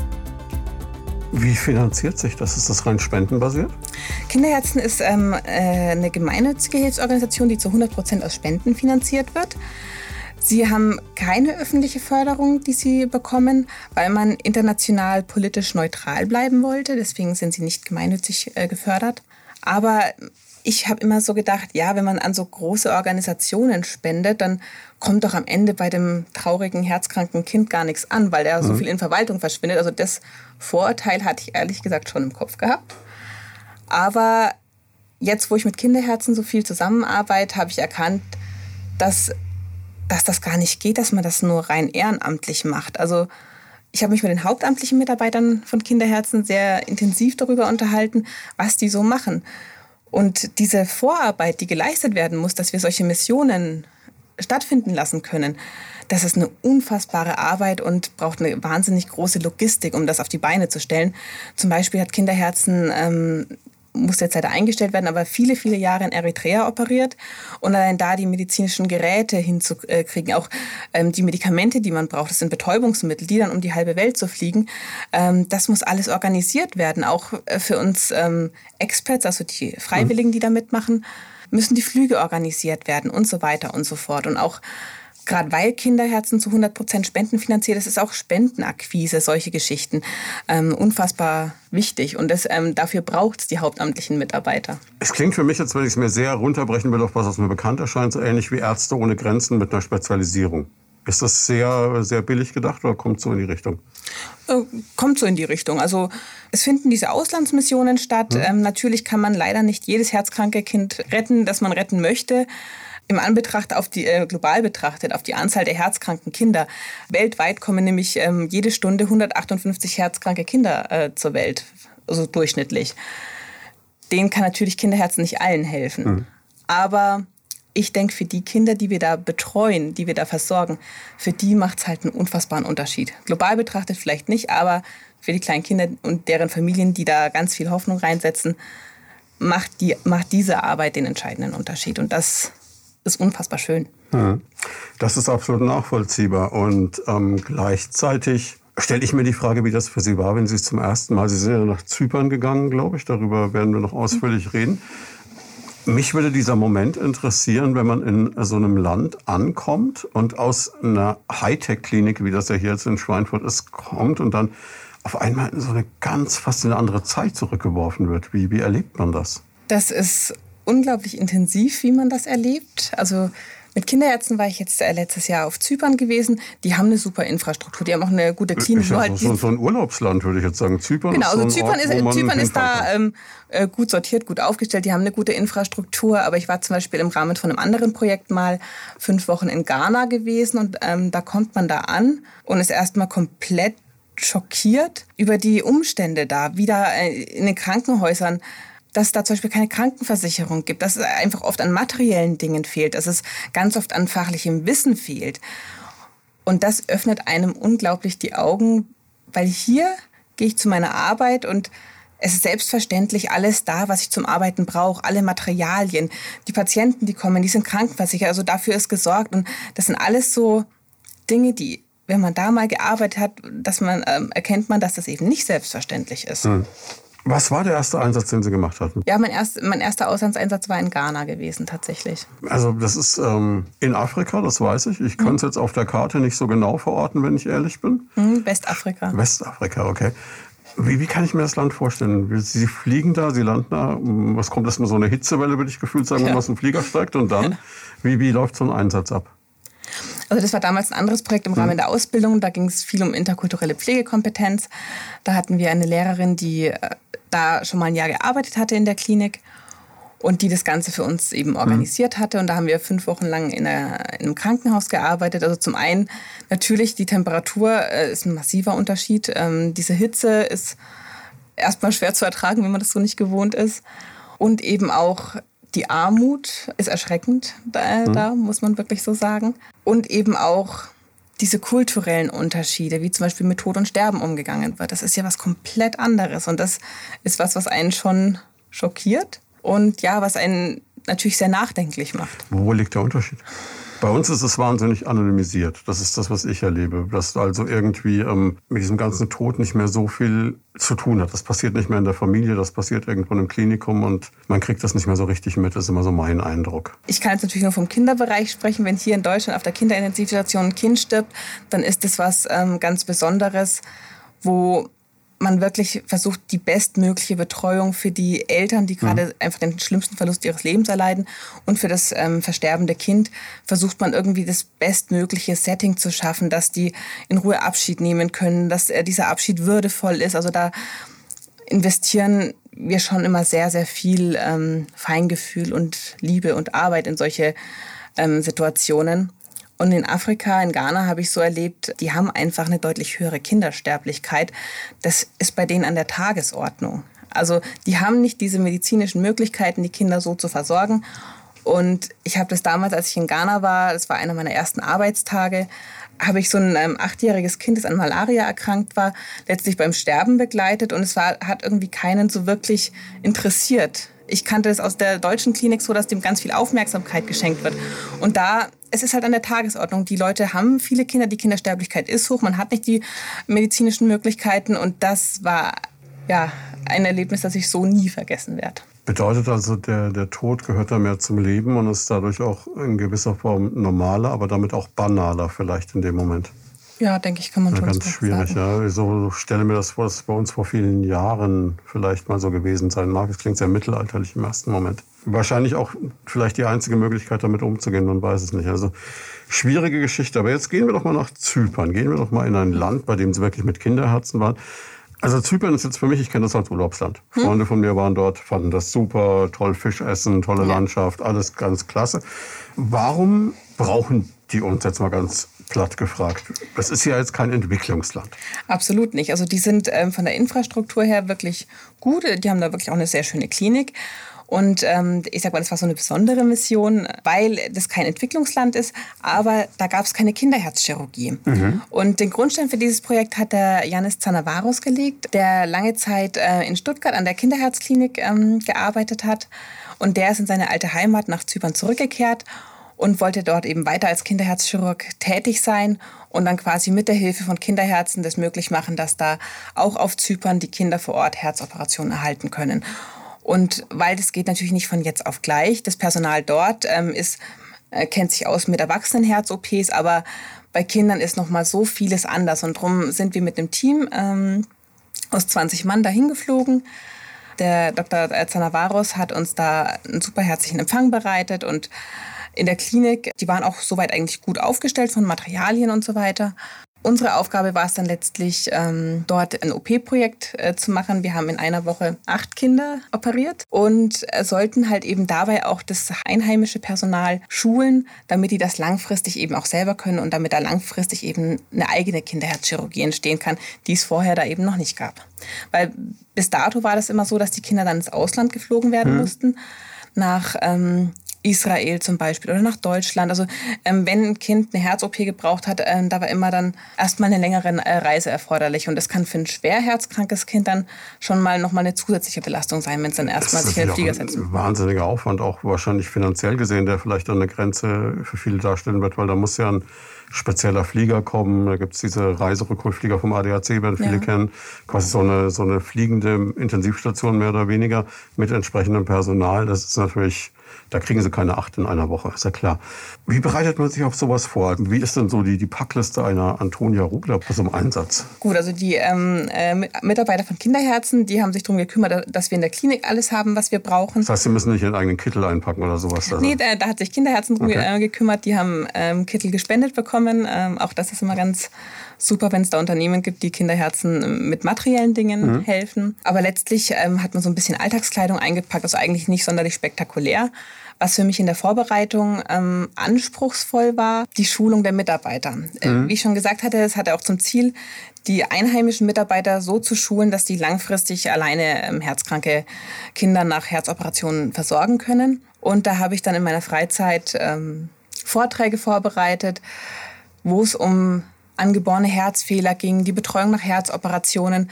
Wie finanziert sich das? Ist das rein spendenbasiert? Kinderherzen ist ähm, äh, eine gemeinnützige Hilfsorganisation, die zu hundert Prozent aus Spenden finanziert wird. Sie haben keine öffentliche Förderung, die sie bekommen, weil man international politisch neutral bleiben wollte. Deswegen sind sie nicht gemeinnützig äh, gefördert. Aber ich habe immer so gedacht, ja, wenn man an so große Organisationen spendet, dann kommt doch am Ende bei dem traurigen, herzkranken Kind gar nichts an, weil der mhm. so viel in Verwaltung verschwindet. Also das Vorurteil hatte ich ehrlich gesagt schon im Kopf gehabt. Aber jetzt, wo ich mit Kinderherzen so viel zusammenarbeite, habe ich erkannt, dass dass das gar nicht geht, dass man das nur rein ehrenamtlich macht. Also ich habe mich mit den hauptamtlichen Mitarbeitern von Kinderherzen sehr intensiv darüber unterhalten, was die so machen. Und diese Vorarbeit, die geleistet werden muss, dass wir solche Missionen stattfinden lassen können, das ist eine unfassbare Arbeit und braucht eine wahnsinnig große Logistik, um das auf die Beine zu stellen. Zum Beispiel hat Kinderherzen ähm, musste jetzt leider eingestellt werden, aber viele, viele Jahre in Eritrea operiert. Und allein da die medizinischen Geräte hinzukriegen, auch ähm, die Medikamente, die man braucht, das sind Betäubungsmittel, die dann um die halbe Welt zu fliegen, ähm, das muss alles organisiert werden. Auch äh, für uns ähm, Experts, also die Freiwilligen, die da mitmachen, müssen die Flüge organisiert werden und so weiter und so fort. Und auch gerade weil Kinderherzen zu hundert Prozent spendenfinanziert ist, ist auch Spendenakquise, solche Geschichten, ähm, unfassbar wichtig. Und das, ähm, dafür braucht es die hauptamtlichen Mitarbeiter. Es klingt für mich, als wenn ich es mir sehr runterbrechen will, auf was, was mir bekannt erscheint, so ähnlich wie Ärzte ohne Grenzen mit einer Spezialisierung. Ist das sehr, sehr billig gedacht oder kommt so in die Richtung? Äh, kommt so in die Richtung. Also es finden diese Auslandsmissionen statt. Hm. Ähm, natürlich kann man leider nicht jedes herzkranke Kind retten, das man retten möchte. Im Anbetracht auf die, äh, global betrachtet, auf die Anzahl der herzkranken Kinder. Weltweit kommen nämlich ähm, jede Stunde hundertachtundfünfzig herzkranke Kinder äh, zur Welt, also durchschnittlich. Denen kann natürlich Kinderherzen nicht allen helfen. Mhm. Aber ich denke, für die Kinder, die wir da betreuen, die wir da versorgen, für die macht es halt einen unfassbaren Unterschied. Global betrachtet vielleicht nicht, aber für die kleinen Kinder und deren Familien, die da ganz viel Hoffnung reinsetzen, macht, die, macht diese Arbeit den entscheidenden Unterschied. Und das ist unfassbar schön. Das ist absolut nachvollziehbar. Und ähm, gleichzeitig stelle ich mir die Frage, wie das für Sie war, wenn Sie es zum ersten Mal, Sie sind ja nach Zypern gegangen, glaube ich, darüber werden wir noch ausführlich reden. Mich würde dieser Moment interessieren, wenn man in so einem Land ankommt und aus einer Hightech-Klinik, wie das ja hier jetzt in Schweinfurt ist, kommt und dann auf einmal in so eine ganz fast in eine andere Zeit zurückgeworfen wird. Wie, wie erlebt man das? Das ist unglaublich intensiv, wie man das erlebt. Also mit Kinderärzten war ich jetzt letztes Jahr auf Zypern gewesen. Die haben eine super Infrastruktur, die haben auch eine gute Klinik. Ist ja halt so, so ein Urlaubsland, würde ich jetzt sagen. Zypern genau, ist so also ein Zypern Ort, ist, wo man Zypern ist da hinfahren ähm, gut sortiert, gut aufgestellt. Die haben eine gute Infrastruktur. Aber ich war zum Beispiel im Rahmen von einem anderen Projekt mal fünf Wochen in Ghana gewesen. Und ähm, da kommt man da an und ist erstmal komplett schockiert über die Umstände da, wie da in den Krankenhäusern, dass es da zum Beispiel keine Krankenversicherung gibt, dass es einfach oft an materiellen Dingen fehlt, dass es ganz oft an fachlichem Wissen fehlt. Und das öffnet einem unglaublich die Augen, weil hier gehe ich zu meiner Arbeit und es ist selbstverständlich alles da, was ich zum Arbeiten brauche, alle Materialien. Die Patienten, die kommen, die sind krankenversichert, also dafür ist gesorgt. Und das sind alles so Dinge, die, wenn man da mal gearbeitet hat, dass man, ähm, erkennt man, dass das eben nicht selbstverständlich ist. Hm. Was war der erste Einsatz, den Sie gemacht hatten? Ja, mein, erst, mein erster Auslandseinsatz war in Ghana gewesen, tatsächlich. Also das ist ähm, in Afrika, das weiß ich. Ich kann es jetzt auf der Karte nicht so genau verorten, wenn ich ehrlich bin. Mhm, Westafrika. Westafrika, okay. Wie, wie kann ich mir das Land vorstellen? Sie fliegen da, Sie landen da. Was kommt erstmal so eine Hitzewelle, würde ich gefühlt sagen, wenn man aus dem Flieger steigt. Und dann, wie, wie läuft so ein Einsatz ab? Also das war damals ein anderes Projekt im Rahmen der Ausbildung. Da ging es viel um interkulturelle Pflegekompetenz. Da hatten wir eine Lehrerin, die da schon mal ein Jahr gearbeitet hatte in der Klinik und die das Ganze für uns eben organisiert hatte. Und da haben wir fünf Wochen lang in, einer, in einem Krankenhaus gearbeitet. Also zum einen natürlich die Temperatur äh, ist ein massiver Unterschied. Ähm, diese Hitze ist erstmal schwer zu ertragen, wenn man das so nicht gewohnt ist. Und eben auch die Armut ist erschreckend, da, mhm. da muss man wirklich so sagen. Und eben auch diese kulturellen Unterschiede, wie zum Beispiel mit Tod und Sterben umgegangen wird. Das ist ja was komplett anderes. Und das ist was, was einen schon schockiert und ja, was einen natürlich sehr nachdenklich macht. Wo liegt der Unterschied? Bei uns ist es wahnsinnig anonymisiert. Das ist das, was ich erlebe. Dass also irgendwie ähm, mit diesem ganzen Tod nicht mehr so viel zu tun hat. Das passiert nicht mehr in der Familie, das passiert irgendwo im Klinikum und man kriegt das nicht mehr so richtig mit. Das ist immer so mein Eindruck. Ich kann jetzt natürlich nur vom Kinderbereich sprechen. Wenn hier in Deutschland auf der Kinderintensivstation ein Kind stirbt, dann ist das was ähm, ganz Besonderes, wo man wirklich versucht, die bestmögliche Betreuung für die Eltern, die gerade mhm. einfach den schlimmsten Verlust ihres Lebens erleiden, und für das ähm, versterbende Kind versucht man irgendwie das bestmögliche Setting zu schaffen, dass die in Ruhe Abschied nehmen können, dass äh, dieser Abschied würdevoll ist. Also da investieren wir schon immer sehr, sehr viel ähm, Feingefühl und Liebe und Arbeit in solche ähm, Situationen. Und in Afrika, in Ghana habe ich so erlebt, die haben einfach eine deutlich höhere Kindersterblichkeit. Das ist bei denen an der Tagesordnung. Also die haben nicht diese medizinischen Möglichkeiten, die Kinder so zu versorgen. Und ich habe das damals, als ich in Ghana war, das war einer meiner ersten Arbeitstage, habe ich so ein ähm, achtjähriges Kind, das an Malaria erkrankt war, letztlich beim Sterben begleitet. Und es war, hat irgendwie keinen so wirklich interessiert. Ich kannte es aus der deutschen Klinik so, dass dem ganz viel Aufmerksamkeit geschenkt wird. Und da, es ist halt an der Tagesordnung. Die Leute haben viele Kinder, die Kindersterblichkeit ist hoch, man hat nicht die medizinischen Möglichkeiten. Und das war ja ein Erlebnis, das ich so nie vergessen werde. Bedeutet also, der, der Tod gehört da mehr zum Leben und ist dadurch auch in gewisser Form normaler, aber damit auch banaler vielleicht in dem Moment. Ja, denke ich, kann man ja, schon ganz so schwierig, sagen. ja. So stelle mir das vor, dass es bei uns vor vielen Jahren vielleicht mal so gewesen sein mag. Es klingt sehr mittelalterlich im ersten Moment. Wahrscheinlich auch vielleicht die einzige Möglichkeit, damit umzugehen, man weiß es nicht. Also schwierige Geschichte. Aber jetzt gehen wir doch mal nach Zypern. Gehen wir doch mal in ein Land, bei dem Sie wirklich mit Kinderherzen waren. Also Zypern ist jetzt für mich, ich kenne das als Urlaubsland. Hm? Freunde von mir waren dort, fanden das super, toll Fisch essen, tolle ja. Landschaft, alles ganz klasse. Warum brauchen die uns jetzt mal ganz platt gefragt? Das ist ja jetzt kein Entwicklungsland. Absolut nicht. Also die sind ähm, von der Infrastruktur her wirklich gut. Die haben da wirklich auch eine sehr schöne Klinik. Und ähm, ich sag mal, das war so eine besondere Mission, weil das kein Entwicklungsland ist, aber da gab es keine Kinderherzchirurgie. Mhm. Und den Grundstein für dieses Projekt hat der Yannis Zanavaros gelegt, der lange Zeit äh, in Stuttgart an der Kinderherzklinik ähm, gearbeitet hat. Und der ist in seine alte Heimat nach Zypern zurückgekehrt und wollte dort eben weiter als Kinderherzchirurg tätig sein und dann quasi mit der Hilfe von Kinderherzen das möglich machen, dass da auch auf Zypern die Kinder vor Ort Herzoperationen erhalten können. Und weil das geht natürlich nicht von jetzt auf gleich, das Personal dort ähm, ist, äh, kennt sich aus mit Erwachsenenherz-O Ps, aber bei Kindern ist noch mal so vieles anders. Und darum sind wir mit einem Team ähm, aus zwanzig Mann dahin geflogen. Der Doktor Zanavaros hat uns da einen super herzlichen Empfang bereitet und in der Klinik, die waren auch soweit eigentlich gut aufgestellt von Materialien und so weiter. Unsere Aufgabe war es dann letztlich, ähm, dort ein O P-Projekt äh, zu machen. Wir haben in einer Woche acht Kinder operiert und äh, sollten halt eben dabei auch das einheimische Personal schulen, damit die das langfristig eben auch selber können und damit da langfristig eben eine eigene Kinderherzchirurgie entstehen kann, die es vorher da eben noch nicht gab. Weil bis dato war das immer so, dass die Kinder dann ins Ausland geflogen werden mhm. mussten, nach ähm, Israel zum Beispiel oder nach Deutschland. Also ähm, wenn ein Kind eine Herz-O P gebraucht hat, ähm, da war immer dann erstmal eine längere äh, Reise erforderlich. Und das kann für ein schwer herzkrankes Kind dann schon mal nochmal eine zusätzliche Belastung sein, wenn es dann erstmal sich in den Flieger setzt. Das ist ein wahnsinniger Aufwand, auch wahrscheinlich finanziell gesehen, der vielleicht dann eine Grenze für viele darstellen wird, weil da muss ja ein spezieller Flieger kommen. Da gibt es diese Reiserückholflieger vom A D A C, werden viele ja. kennen. Quasi so eine, so eine fliegende Intensivstation mehr oder weniger mit entsprechendem Personal. Das ist natürlich, da kriegen sie keine acht in einer Woche, ist ja klar. Wie bereitet man sich auf sowas vor? Wie ist denn so die, die Packliste einer Antonia Rubler bei so einem Einsatz? Gut, also die ähm, äh, Mitarbeiter von Kinderherzen, die haben sich darum gekümmert, dass wir in der Klinik alles haben, was wir brauchen. Das heißt, sie müssen nicht ihren eigenen Kittel einpacken oder sowas? Also. Nee, da, da hat sich Kinderherzen drum okay. gekümmert. Die haben ähm, Kittel gespendet bekommen. Ähm, auch das ist immer ganz super, wenn es da Unternehmen gibt, die Kinderherzen mit materiellen Dingen mhm. helfen. Aber letztlich ähm, hat man so ein bisschen Alltagskleidung eingepackt, also eigentlich nicht sonderlich spektakulär. Was für mich in der Vorbereitung ähm, anspruchsvoll war, die Schulung der Mitarbeiter. Mhm. Äh, wie ich schon gesagt hatte, es hatte auch zum Ziel, die einheimischen Mitarbeiter so zu schulen, dass die langfristig alleine ähm, herzkranke Kinder nach Herzoperationen versorgen können. Und da habe ich dann in meiner Freizeit ähm, Vorträge vorbereitet, wo es um angeborene Herzfehler ging, die Betreuung nach Herzoperationen.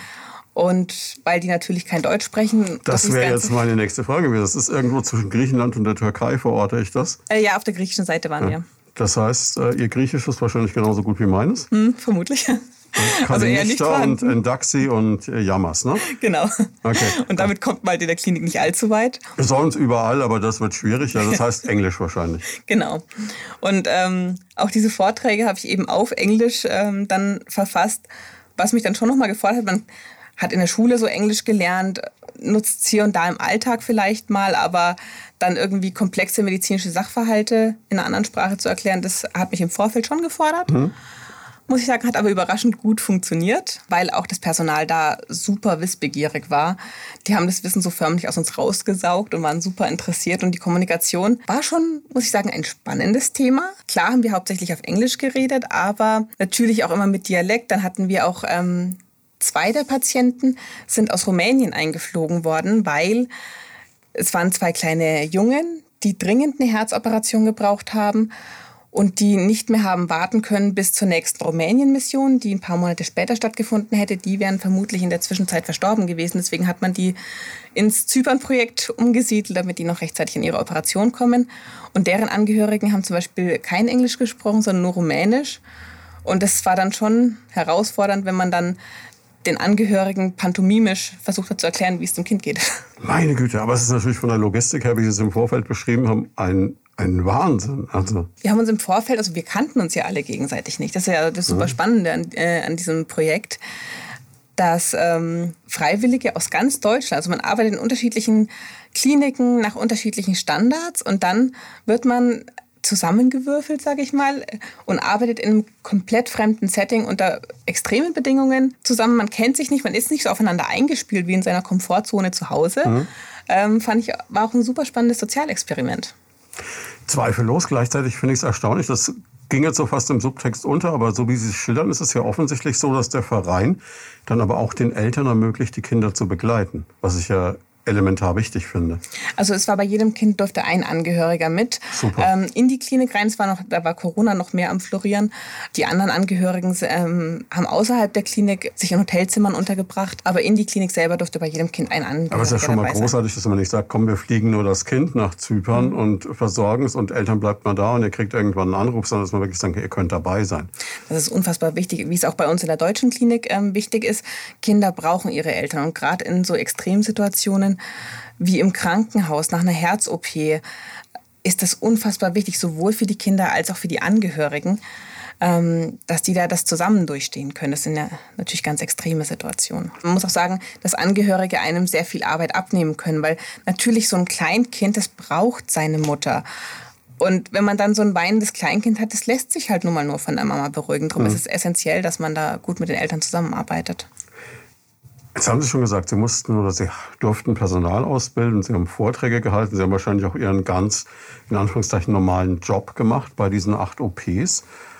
Und weil die natürlich kein Deutsch sprechen. Das, das wäre jetzt meine nächste Frage. Das ist irgendwo zwischen Griechenland und der Türkei, verorte ich das? Äh, ja, auf der griechischen Seite waren ja. wir. Das heißt, Ihr Griechisch ist wahrscheinlich genauso gut wie meines? Hm, vermutlich. Also eher nicht und Endaxi und Yamas, ne? Genau. Okay. Und damit kommt man halt in der Klinik nicht allzu weit. Sonst überall, aber das wird schwierig. Ja, das heißt Englisch wahrscheinlich. Genau. Und ähm, auch diese Vorträge habe ich eben auf Englisch ähm, dann verfasst, was mich dann schon nochmal gefordert hat. Man hat in der Schule so Englisch gelernt, nutzt es hier und da im Alltag vielleicht mal, aber dann irgendwie komplexe medizinische Sachverhalte in einer anderen Sprache zu erklären, das hat mich im Vorfeld schon gefordert. Mhm. Muss ich sagen, hat aber überraschend gut funktioniert, weil auch das Personal da super wissbegierig war. Die haben das Wissen so förmlich aus uns rausgesaugt und waren super interessiert. Und die Kommunikation war schon, muss ich sagen, ein spannendes Thema. Klar haben wir hauptsächlich auf Englisch geredet, aber natürlich auch immer mit Dialekt. Dann hatten wir auch ähm, zwei der Patienten sind aus Rumänien eingeflogen worden, weil es waren zwei kleine Jungen, die dringend eine Herzoperation gebraucht haben und die nicht mehr haben warten können bis zur nächsten Rumänien-Mission, die ein paar Monate später stattgefunden hätte. Die wären vermutlich in der Zwischenzeit verstorben gewesen. Deswegen hat man die ins Zypern-Projekt umgesiedelt, damit die noch rechtzeitig in ihre Operation kommen. Und deren Angehörigen haben zum Beispiel kein Englisch gesprochen, sondern nur Rumänisch. Und das war dann schon herausfordernd, wenn man dann den Angehörigen pantomimisch versucht hat zu erklären, wie es dem Kind geht. Meine Güte, aber es ist natürlich von der Logistik her, wie Sie es im Vorfeld beschrieben haben, ein, ein Wahnsinn. Also wir haben uns im Vorfeld, also wir kannten uns ja alle gegenseitig nicht. Das ist ja das super Spannende an, äh, an diesem Projekt, dass ähm, Freiwillige aus ganz Deutschland, also man arbeitet in unterschiedlichen Kliniken nach unterschiedlichen Standards und dann wird man zusammengewürfelt, sage ich mal, und arbeitet in einem komplett fremden Setting unter extremen Bedingungen zusammen. Man kennt sich nicht, man ist nicht so aufeinander eingespielt wie in seiner Komfortzone zu Hause. Mhm. Ähm, fand ich, war auch ein super spannendes Sozialexperiment. Zweifellos. Gleichzeitig finde ich es erstaunlich, das ging jetzt so fast im Subtext unter, aber so wie Sie es schildern, ist es ja offensichtlich so, dass der Verein dann aber auch den Eltern ermöglicht, die Kinder zu begleiten. Was ich ja elementar wichtig finde. Also es war bei jedem Kind durfte ein Angehöriger mit. Super. Ähm, in die Klinik rein, es war noch, da war Corona noch mehr am Florieren. Die anderen Angehörigen ähm, haben außerhalb der Klinik sich in Hotelzimmern untergebracht, aber in die Klinik selber durfte bei jedem Kind ein Angehöriger Aber es ist ja schon mal dabei großartig, sein. dass man nicht sagt, komm, wir fliegen nur das Kind nach Zypern mhm. und versorgen es und Eltern bleibt mal da und ihr kriegt irgendwann einen Anruf, sondern dass man wirklich sagt, ihr könnt dabei sein. Das ist unfassbar wichtig, wie es auch bei uns in der deutschen Klinik ähm, wichtig ist. Kinder brauchen ihre Eltern und gerade in so Extremsituationen wie im Krankenhaus nach einer Herz-O P ist das unfassbar wichtig, sowohl für die Kinder als auch für die Angehörigen, ähm, dass die da das zusammen durchstehen können. Das sind ja natürlich ganz extreme Situationen. Man muss auch sagen, dass Angehörige einem sehr viel Arbeit abnehmen können, weil natürlich so ein Kleinkind, das braucht seine Mutter. Und wenn man dann so ein weinendes Kleinkind hat, das lässt sich halt nun mal nur von der Mama beruhigen. Darum mhm. ist es essentiell, dass man da gut mit den Eltern zusammenarbeitet. Jetzt haben Sie schon gesagt, Sie mussten oder Sie durften Personal ausbilden, Sie haben Vorträge gehalten, Sie haben wahrscheinlich auch Ihren ganz, in Anführungszeichen, normalen Job gemacht bei diesen acht O Ps.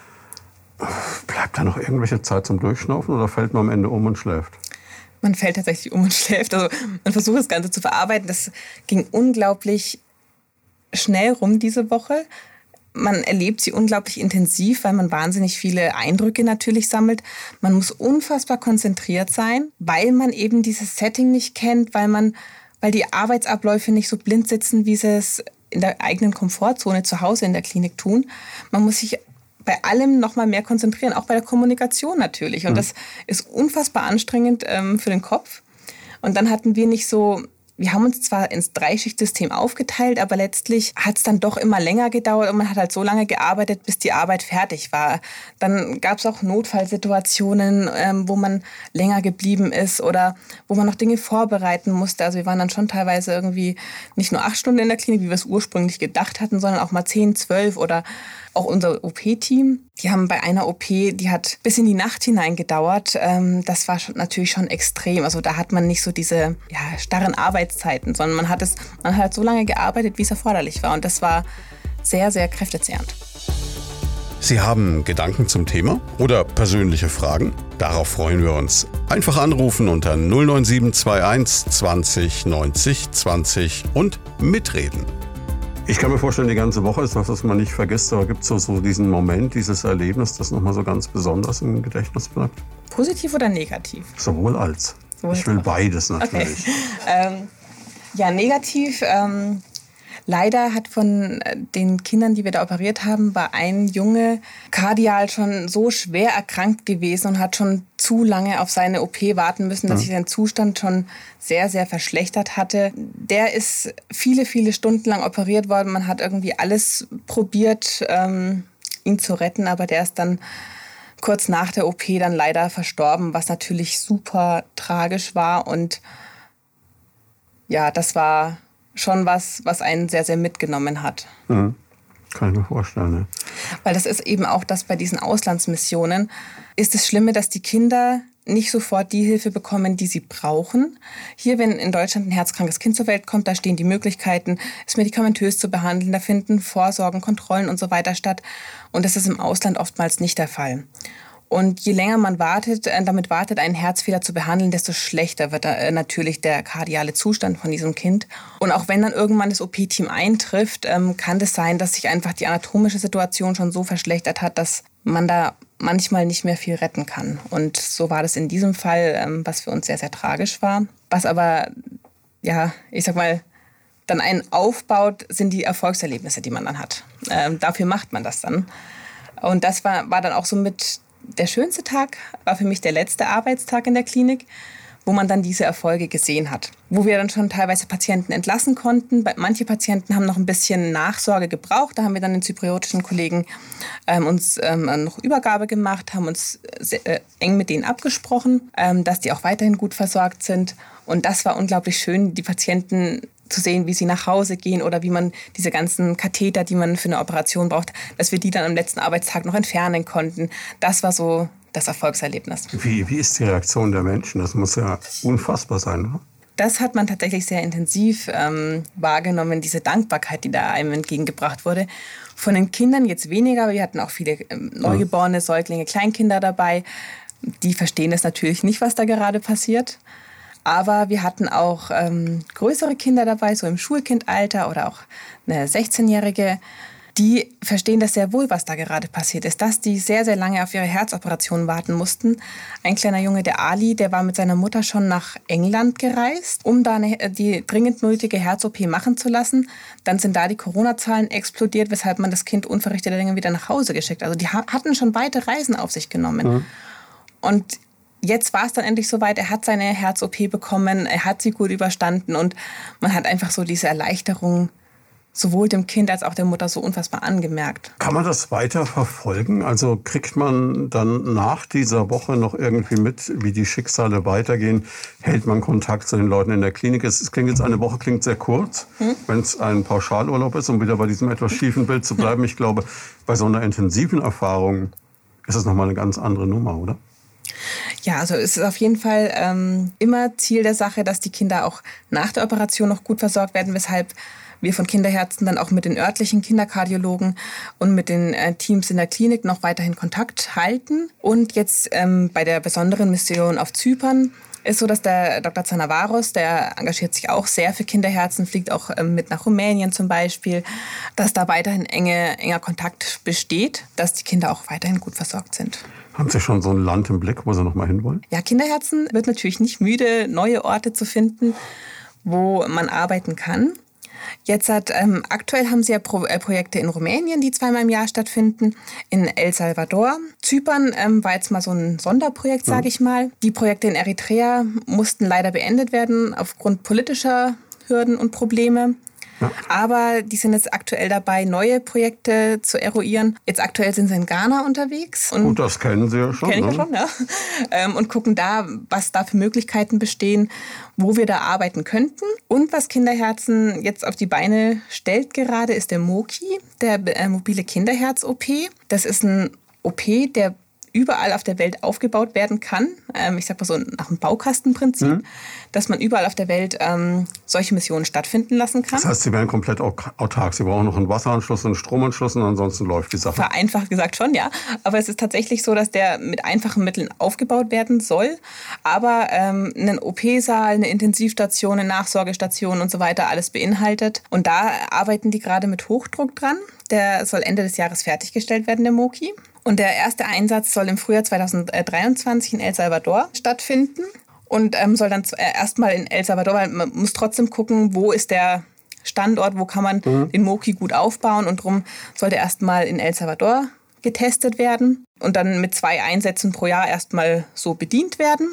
Bleibt da noch irgendwelche Zeit zum Durchschnaufen oder fällt man am Ende um und schläft? Man fällt tatsächlich um und schläft. Also man versucht das Ganze zu verarbeiten. Das ging unglaublich schnell rum diese Woche. Man erlebt sie unglaublich intensiv, weil man wahnsinnig viele Eindrücke natürlich sammelt. Man muss unfassbar konzentriert sein, weil man eben dieses Setting nicht kennt, weil man, weil die Arbeitsabläufe nicht so blind sitzen, wie sie es in der eigenen Komfortzone zu Hause in der Klinik tun. Man muss sich bei allem noch mal mehr konzentrieren, auch bei der Kommunikation natürlich. Und mhm. das ist unfassbar anstrengend ähm, für den Kopf. Und dann hatten wir nicht so... Wir haben uns zwar ins Dreischichtsystem aufgeteilt, aber letztlich hat es dann doch immer länger gedauert und man hat halt so lange gearbeitet, bis die Arbeit fertig war. Dann gab es auch Notfallsituationen, ähm, wo man länger geblieben ist oder wo man noch Dinge vorbereiten musste. Also wir waren dann schon teilweise irgendwie nicht nur acht Stunden in der Klinik, wie wir es ursprünglich gedacht hatten, sondern auch mal zehn, zwölf oder auch unser O P-Team. Die haben bei einer O P, die hat bis in die Nacht hinein gedauert. Das war schon, natürlich schon extrem. Also da hat man nicht so diese ja, starren Arbeitszeiten, sondern man hat, es, man hat so lange gearbeitet, wie es erforderlich war. Und das war sehr, sehr kräftezehrend. Sie haben Gedanken zum Thema oder persönliche Fragen? Darauf freuen wir uns. Einfach anrufen unter null neun sieben zwei eins zwanzig neunzig zwanzig und mitreden. Ich kann mir vorstellen, die ganze Woche ist was, was man nicht vergisst, aber gibt es so, so diesen Moment, dieses Erlebnis, das nochmal so ganz besonders im Gedächtnis bleibt? Positiv oder negativ? Sowohl als. Sowohl ich will beides natürlich. Okay. ähm, ja, negativ. Ähm, leider hat von den Kindern, die wir da operiert haben, war ein Junge kardial schon so schwer erkrankt gewesen und hat schon zu lange auf seine O P warten müssen, dass sich sein Zustand schon sehr, sehr verschlechtert hatte. Der ist viele, viele Stunden lang operiert worden. Man hat irgendwie alles probiert, ähm, ihn zu retten, aber der ist dann kurz nach der O P dann leider verstorben, was natürlich super tragisch war. Und ja, das war schon was, was einen sehr, sehr mitgenommen hat. Mhm. Kann ich mir vorstellen, ne? Weil das ist eben auch das bei diesen Auslandsmissionen, ist das Schlimme, dass die Kinder nicht sofort die Hilfe bekommen, die sie brauchen. Hier, wenn in Deutschland ein herzkrankes Kind zur Welt kommt, da stehen die Möglichkeiten, es medikamentös zu behandeln, da finden Vorsorgen, Kontrollen und so weiter statt. Und das ist im Ausland oftmals nicht der Fall. Und je länger man wartet, damit wartet, einen Herzfehler zu behandeln, desto schlechter wird natürlich der kardiale Zustand von diesem Kind. Und auch wenn dann irgendwann das O P-Team eintrifft, kann es sein, dass sich einfach die anatomische Situation schon so verschlechtert hat, dass man da manchmal nicht mehr viel retten kann. Und so war das in diesem Fall, was für uns sehr, sehr tragisch war. Was aber, ja, ich sag mal, dann einen aufbaut, sind die Erfolgserlebnisse, die man dann hat. Ähm, dafür macht man das dann. Und das war, war dann auch so mit der schönste Tag, war für mich der letzte Arbeitstag in der Klinik, wo man dann diese Erfolge gesehen hat. Wo wir dann schon teilweise Patienten entlassen konnten. Manche Patienten haben noch ein bisschen Nachsorge gebraucht. Da haben wir dann den zypriotischen Kollegen ähm, uns ähm, noch Übergabe gemacht, haben uns sehr, äh, eng mit denen abgesprochen, ähm, dass die auch weiterhin gut versorgt sind. Und das war unglaublich schön, die Patienten zu sehen, wie sie nach Hause gehen oder wie man diese ganzen Katheter, die man für eine Operation braucht, dass wir die dann am letzten Arbeitstag noch entfernen konnten. Das war so das Erfolgserlebnis. Wie, wie ist die Reaktion der Menschen? Das muss ja unfassbar sein, oder? Das hat man tatsächlich sehr intensiv ähm, wahrgenommen, diese Dankbarkeit, die da einem entgegengebracht wurde. Von den Kindern jetzt weniger, aber wir hatten auch viele ähm, Neugeborene, Säuglinge, Kleinkinder dabei. Die verstehen das natürlich nicht, was da gerade passiert. Aber wir hatten auch ähm, größere Kinder dabei, so im Schulkindalter oder auch eine sechzehnjährige. Die verstehen das sehr wohl, was da gerade passiert ist, dass die sehr, sehr lange auf ihre Herzoperation warten mussten. Ein kleiner Junge, der Ali, der war mit seiner Mutter schon nach England gereist, um da eine, die dringend nötige Herz-O P machen zu lassen. Dann sind da die Corona-Zahlen explodiert, weshalb man das Kind unverrichteter Dinge wieder nach Hause geschickt. Also die hatten schon weite Reisen auf sich genommen. Mhm. Und jetzt war es dann endlich soweit, er hat seine Herz-O P bekommen, er hat sie gut überstanden und man hat einfach so diese Erleichterung sowohl dem Kind als auch der Mutter so unfassbar angemerkt. Kann man das weiter verfolgen? Also kriegt man dann nach dieser Woche noch irgendwie mit, wie die Schicksale weitergehen? Hält man Kontakt zu den Leuten in der Klinik? Es klingt jetzt, eine Woche klingt sehr kurz, hm? wenn es ein Pauschalurlaub ist, um wieder bei diesem etwas schiefen Bild zu bleiben. Ich glaube, bei so einer intensiven Erfahrung ist es nochmal eine ganz andere Nummer, oder? Ja, also es ist auf jeden Fall ähm, immer Ziel der Sache, dass die Kinder auch nach der Operation noch gut versorgt werden, weshalb wir von Kinderherzen dann auch mit den örtlichen Kinderkardiologen und mit den äh, Teams in der Klinik noch weiterhin Kontakt halten. Und jetzt ähm, bei der besonderen Mission auf Zypern ist so, dass der Doktor Zanavaros, der engagiert sich auch sehr für Kinderherzen, fliegt auch ähm, mit nach Rumänien zum Beispiel, dass da weiterhin enge, enger Kontakt besteht, dass die Kinder auch weiterhin gut versorgt sind. Haben Sie schon so ein Land im Blick, wo Sie noch mal hinwollen? Ja, Kinderherzen wird natürlich nicht müde, neue Orte zu finden, wo man arbeiten kann. Jetzt hat, ähm, aktuell haben sie ja Pro- äh, Projekte in Rumänien, die zweimal im Jahr stattfinden, in El Salvador. Zypern ähm, war jetzt mal so ein Sonderprojekt, sage ich mal. Die Projekte in Eritrea mussten leider beendet werden aufgrund politischer Hürden und Probleme. Ja. Aber die sind jetzt aktuell dabei, neue Projekte zu eruieren. Jetzt aktuell sind sie in Ghana unterwegs. Und gut, das kennen Sie ja schon. Kenn ich ne? ja schon, ja. Ähm, und gucken da, was da für Möglichkeiten bestehen, wo wir da arbeiten könnten. Und was Kinderherzen jetzt auf die Beine stellt gerade, ist der MOKI, der äh, mobile Kinderherz-O P. Das ist ein O P, der überall auf der Welt aufgebaut werden kann. Ähm, ich sag mal so nach dem Baukastenprinzip, mhm. dass man überall auf der Welt ähm, solche Missionen stattfinden lassen kann. Das heißt, Sie werden komplett autark. Sie brauchen noch einen Wasseranschluss und einen Stromanschluss und ansonsten läuft die Sache. Vereinfacht gesagt schon, ja. Aber es ist tatsächlich so, dass der mit einfachen Mitteln aufgebaut werden soll. Aber ähm, einen O P-Saal, eine Intensivstation, eine Nachsorgestation und so weiter alles beinhaltet. Und da arbeiten die gerade mit Hochdruck dran. Der soll Ende des Jahres fertiggestellt werden, der MOKI. Und der erste Einsatz soll im Frühjahr zweitausenddreiundzwanzig in El Salvador stattfinden und ähm, soll dann erstmal in El Salvador, weil man muss trotzdem gucken, wo ist der Standort, wo kann man mhm. den MOKI gut aufbauen und darum soll der erstmal in El Salvador getestet werden und dann mit zwei Einsätzen pro Jahr erstmal so bedient werden.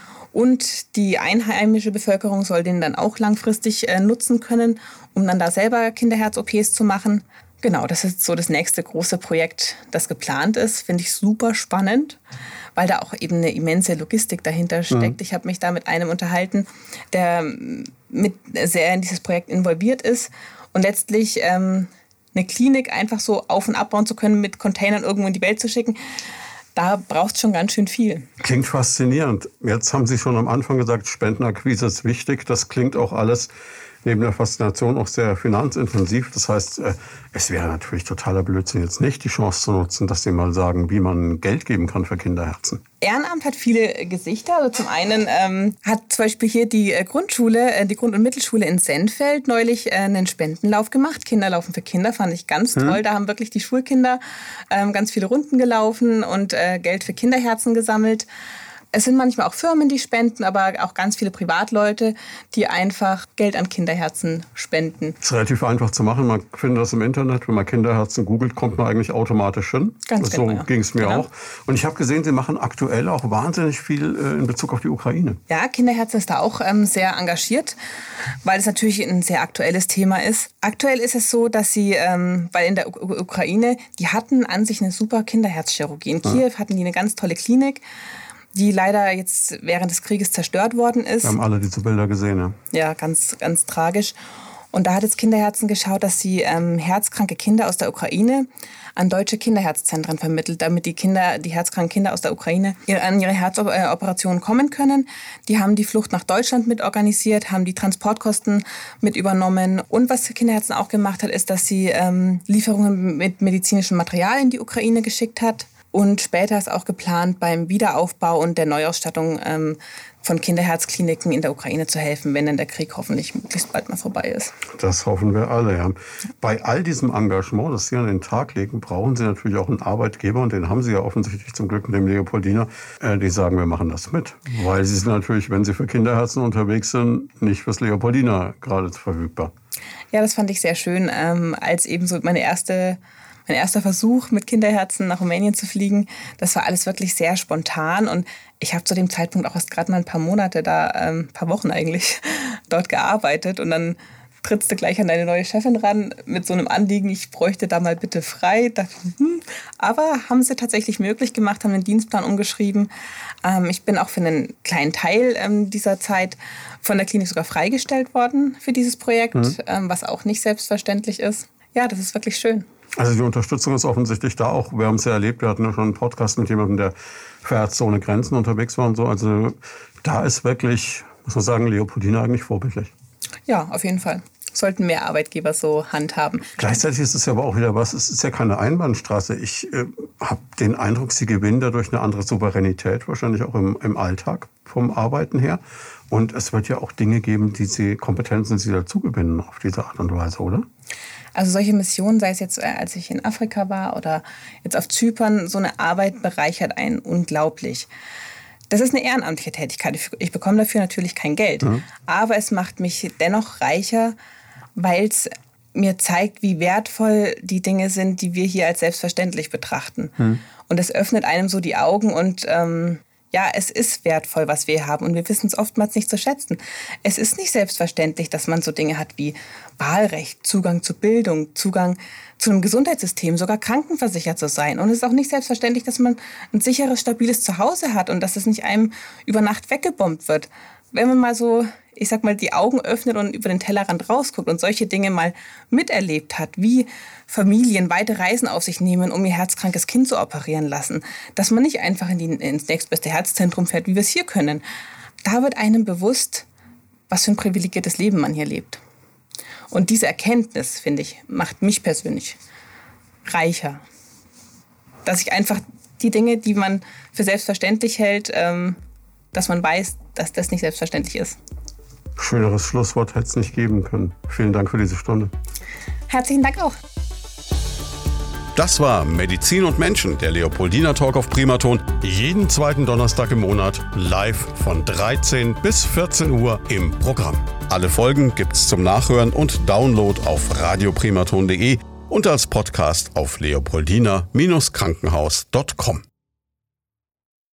Und die einheimische Bevölkerung soll den dann auch langfristig äh, nutzen können, um dann da selber Kinderherz-O Ps zu machen. Genau, das ist so das nächste große Projekt, das geplant ist. Finde ich super spannend, weil da auch eben eine immense Logistik dahinter steckt. Mhm. Ich habe mich da mit einem unterhalten, der mit sehr in dieses Projekt involviert ist und letztlich ähm, eine Klinik einfach so auf- und abbauen zu können, mit Containern irgendwo in die Welt zu schicken. Da braucht es schon ganz schön viel. Klingt faszinierend. Jetzt haben Sie schon am Anfang gesagt, Spendenakquise ist wichtig. Das klingt auch alles neben der Faszination auch sehr finanzintensiv. Das heißt, es wäre natürlich totaler Blödsinn, jetzt nicht die Chance zu nutzen, dass Sie mal sagen, wie man Geld geben kann für Kinderherzen. Ehrenamt hat viele Gesichter. Also zum einen ähm, hat zum Beispiel hier die Grundschule, die Grund- und Mittelschule in Sennfeld neulich äh, einen Spendenlauf gemacht. Kinderlaufen für Kinder fand ich ganz toll. Hm. Da haben wirklich die Schulkinder ähm, ganz viele Runden gelaufen und äh, Geld für Kinderherzen gesammelt. Es sind manchmal auch Firmen, die spenden, aber auch ganz viele Privatleute, die einfach Geld an Kinderherzen spenden. Das ist relativ einfach zu machen. Man findet das im Internet. Wenn man Kinderherzen googelt, kommt man eigentlich automatisch hin. Ganz so genau, ja. ging es mir genau. auch. Und ich habe gesehen, Sie machen aktuell auch wahnsinnig viel äh, in Bezug auf die Ukraine. Ja, Kinderherzen ist da auch ähm, sehr engagiert, weil es natürlich ein sehr aktuelles Thema ist. Aktuell ist es so, dass sie, ähm, weil in der U- Ukraine, die hatten an sich eine super Kinderherzchirurgie. In Kiew ja. hatten die eine ganz tolle Klinik, die leider jetzt während des Krieges zerstört worden ist. Wir haben alle diese Bilder gesehen, ja. Ja, ganz, ganz tragisch. Und da hat jetzt Kinderherzen geschaut, dass sie ähm, herzkranke Kinder aus der Ukraine an deutsche Kinderherzzentren vermittelt, damit die Kinder, die herzkranken Kinder aus der Ukraine an ihre Herzoperationen kommen können. Die haben die Flucht nach Deutschland mit organisiert, haben die Transportkosten mit übernommen. Und was Kinderherzen auch gemacht hat, ist, dass sie ähm, Lieferungen mit medizinischem Material in die Ukraine geschickt hat. Und später ist auch geplant, beim Wiederaufbau und der Neuausstattung ähm, von Kinderherzkliniken in der Ukraine zu helfen, wenn dann der Krieg hoffentlich möglichst bald mal vorbei ist. Das hoffen wir alle, ja. Bei all diesem Engagement, das Sie an den Tag legen, brauchen Sie natürlich auch einen Arbeitgeber, und den haben Sie ja offensichtlich zum Glück mit dem Leopoldiner, äh, die sagen, wir machen das mit. Weil Sie sind natürlich, wenn Sie für Kinderherzen unterwegs sind, nicht fürs Leopoldiner gerade verfügbar. Ja, das fand ich sehr schön, ähm, als eben so meine erste... Mein erster Versuch, mit Kinderherzen nach Rumänien zu fliegen, das war alles wirklich sehr spontan. Und ich habe zu dem Zeitpunkt auch erst gerade mal ein paar Monate da, ein ähm, paar Wochen eigentlich, dort gearbeitet. Und dann trittst du gleich an deine neue Chefin ran mit so einem Anliegen, ich bräuchte da mal bitte frei. Dachte, hm. Aber haben sie tatsächlich möglich gemacht, haben den Dienstplan umgeschrieben. Ähm, ich bin auch für einen kleinen Teil ähm, dieser Zeit von der Klinik sogar freigestellt worden für dieses Projekt, mhm. ähm, was auch nicht selbstverständlich ist. Ja, das ist wirklich schön. Also die Unterstützung ist offensichtlich da auch. Wir haben es ja erlebt, wir hatten ja schon einen Podcast mit jemandem, der für Ärzte ohne Grenzen unterwegs war und so. Also da ist wirklich, muss man sagen, Leopoldina eigentlich vorbildlich. Ja, auf jeden Fall. Sollten mehr Arbeitgeber so handhaben. Gleichzeitig ist es ja aber auch wieder was, es ist ja keine Einbahnstraße. Ich äh, habe den Eindruck, Sie gewinnen dadurch eine andere Souveränität, wahrscheinlich auch im, im Alltag vom Arbeiten her. Und es wird ja auch Dinge geben, die Sie, Kompetenzen, die Sie dazu gewinnen auf diese Art und Weise, oder? Also solche Missionen, sei es jetzt, als ich in Afrika war oder jetzt auf Zypern, so eine Arbeit bereichert einen unglaublich. Das ist eine ehrenamtliche Tätigkeit. Ich bekomme dafür natürlich kein Geld. Mhm. Aber es macht mich dennoch reicher, weil es mir zeigt, wie wertvoll die Dinge sind, die wir hier als selbstverständlich betrachten. Mhm. Und es öffnet einem so die Augen und ähm, ja, es ist wertvoll, was wir haben, und wir wissen es oftmals nicht zu schätzen. Es ist nicht selbstverständlich, dass man so Dinge hat wie Wahlrecht, Zugang zu Bildung, Zugang zu einem Gesundheitssystem, sogar krankenversichert zu sein. Und es ist auch nicht selbstverständlich, dass man ein sicheres, stabiles Zuhause hat und dass es nicht einem über Nacht weggebombt wird. Wenn man mal so, ich sag mal, die Augen öffnet und über den Tellerrand rausguckt und solche Dinge mal miterlebt hat, wie Familien weite Reisen auf sich nehmen, um ihr herzkrankes Kind zu operieren lassen, dass man nicht einfach in die, ins nächstbeste Herzzentrum fährt, wie wir es hier können. Da wird einem bewusst, was für ein privilegiertes Leben man hier lebt. Und diese Erkenntnis, finde ich, macht mich persönlich reicher. Dass ich einfach die Dinge, die man für selbstverständlich hält, ähm, dass man weiß, dass das nicht selbstverständlich ist. Schöneres Schlusswort hätte es nicht geben können. Vielen Dank für diese Stunde. Herzlichen Dank auch. Das war Medizin und Menschen, der Leopoldiner Talk auf Primaton. Jeden zweiten Donnerstag im Monat live von dreizehn bis vierzehn Uhr im Programm. Alle Folgen gibt's zum Nachhören und Download auf radioprimaton punkt de und als Podcast auf leopoldiner Bindestrich krankenhaus punkt com.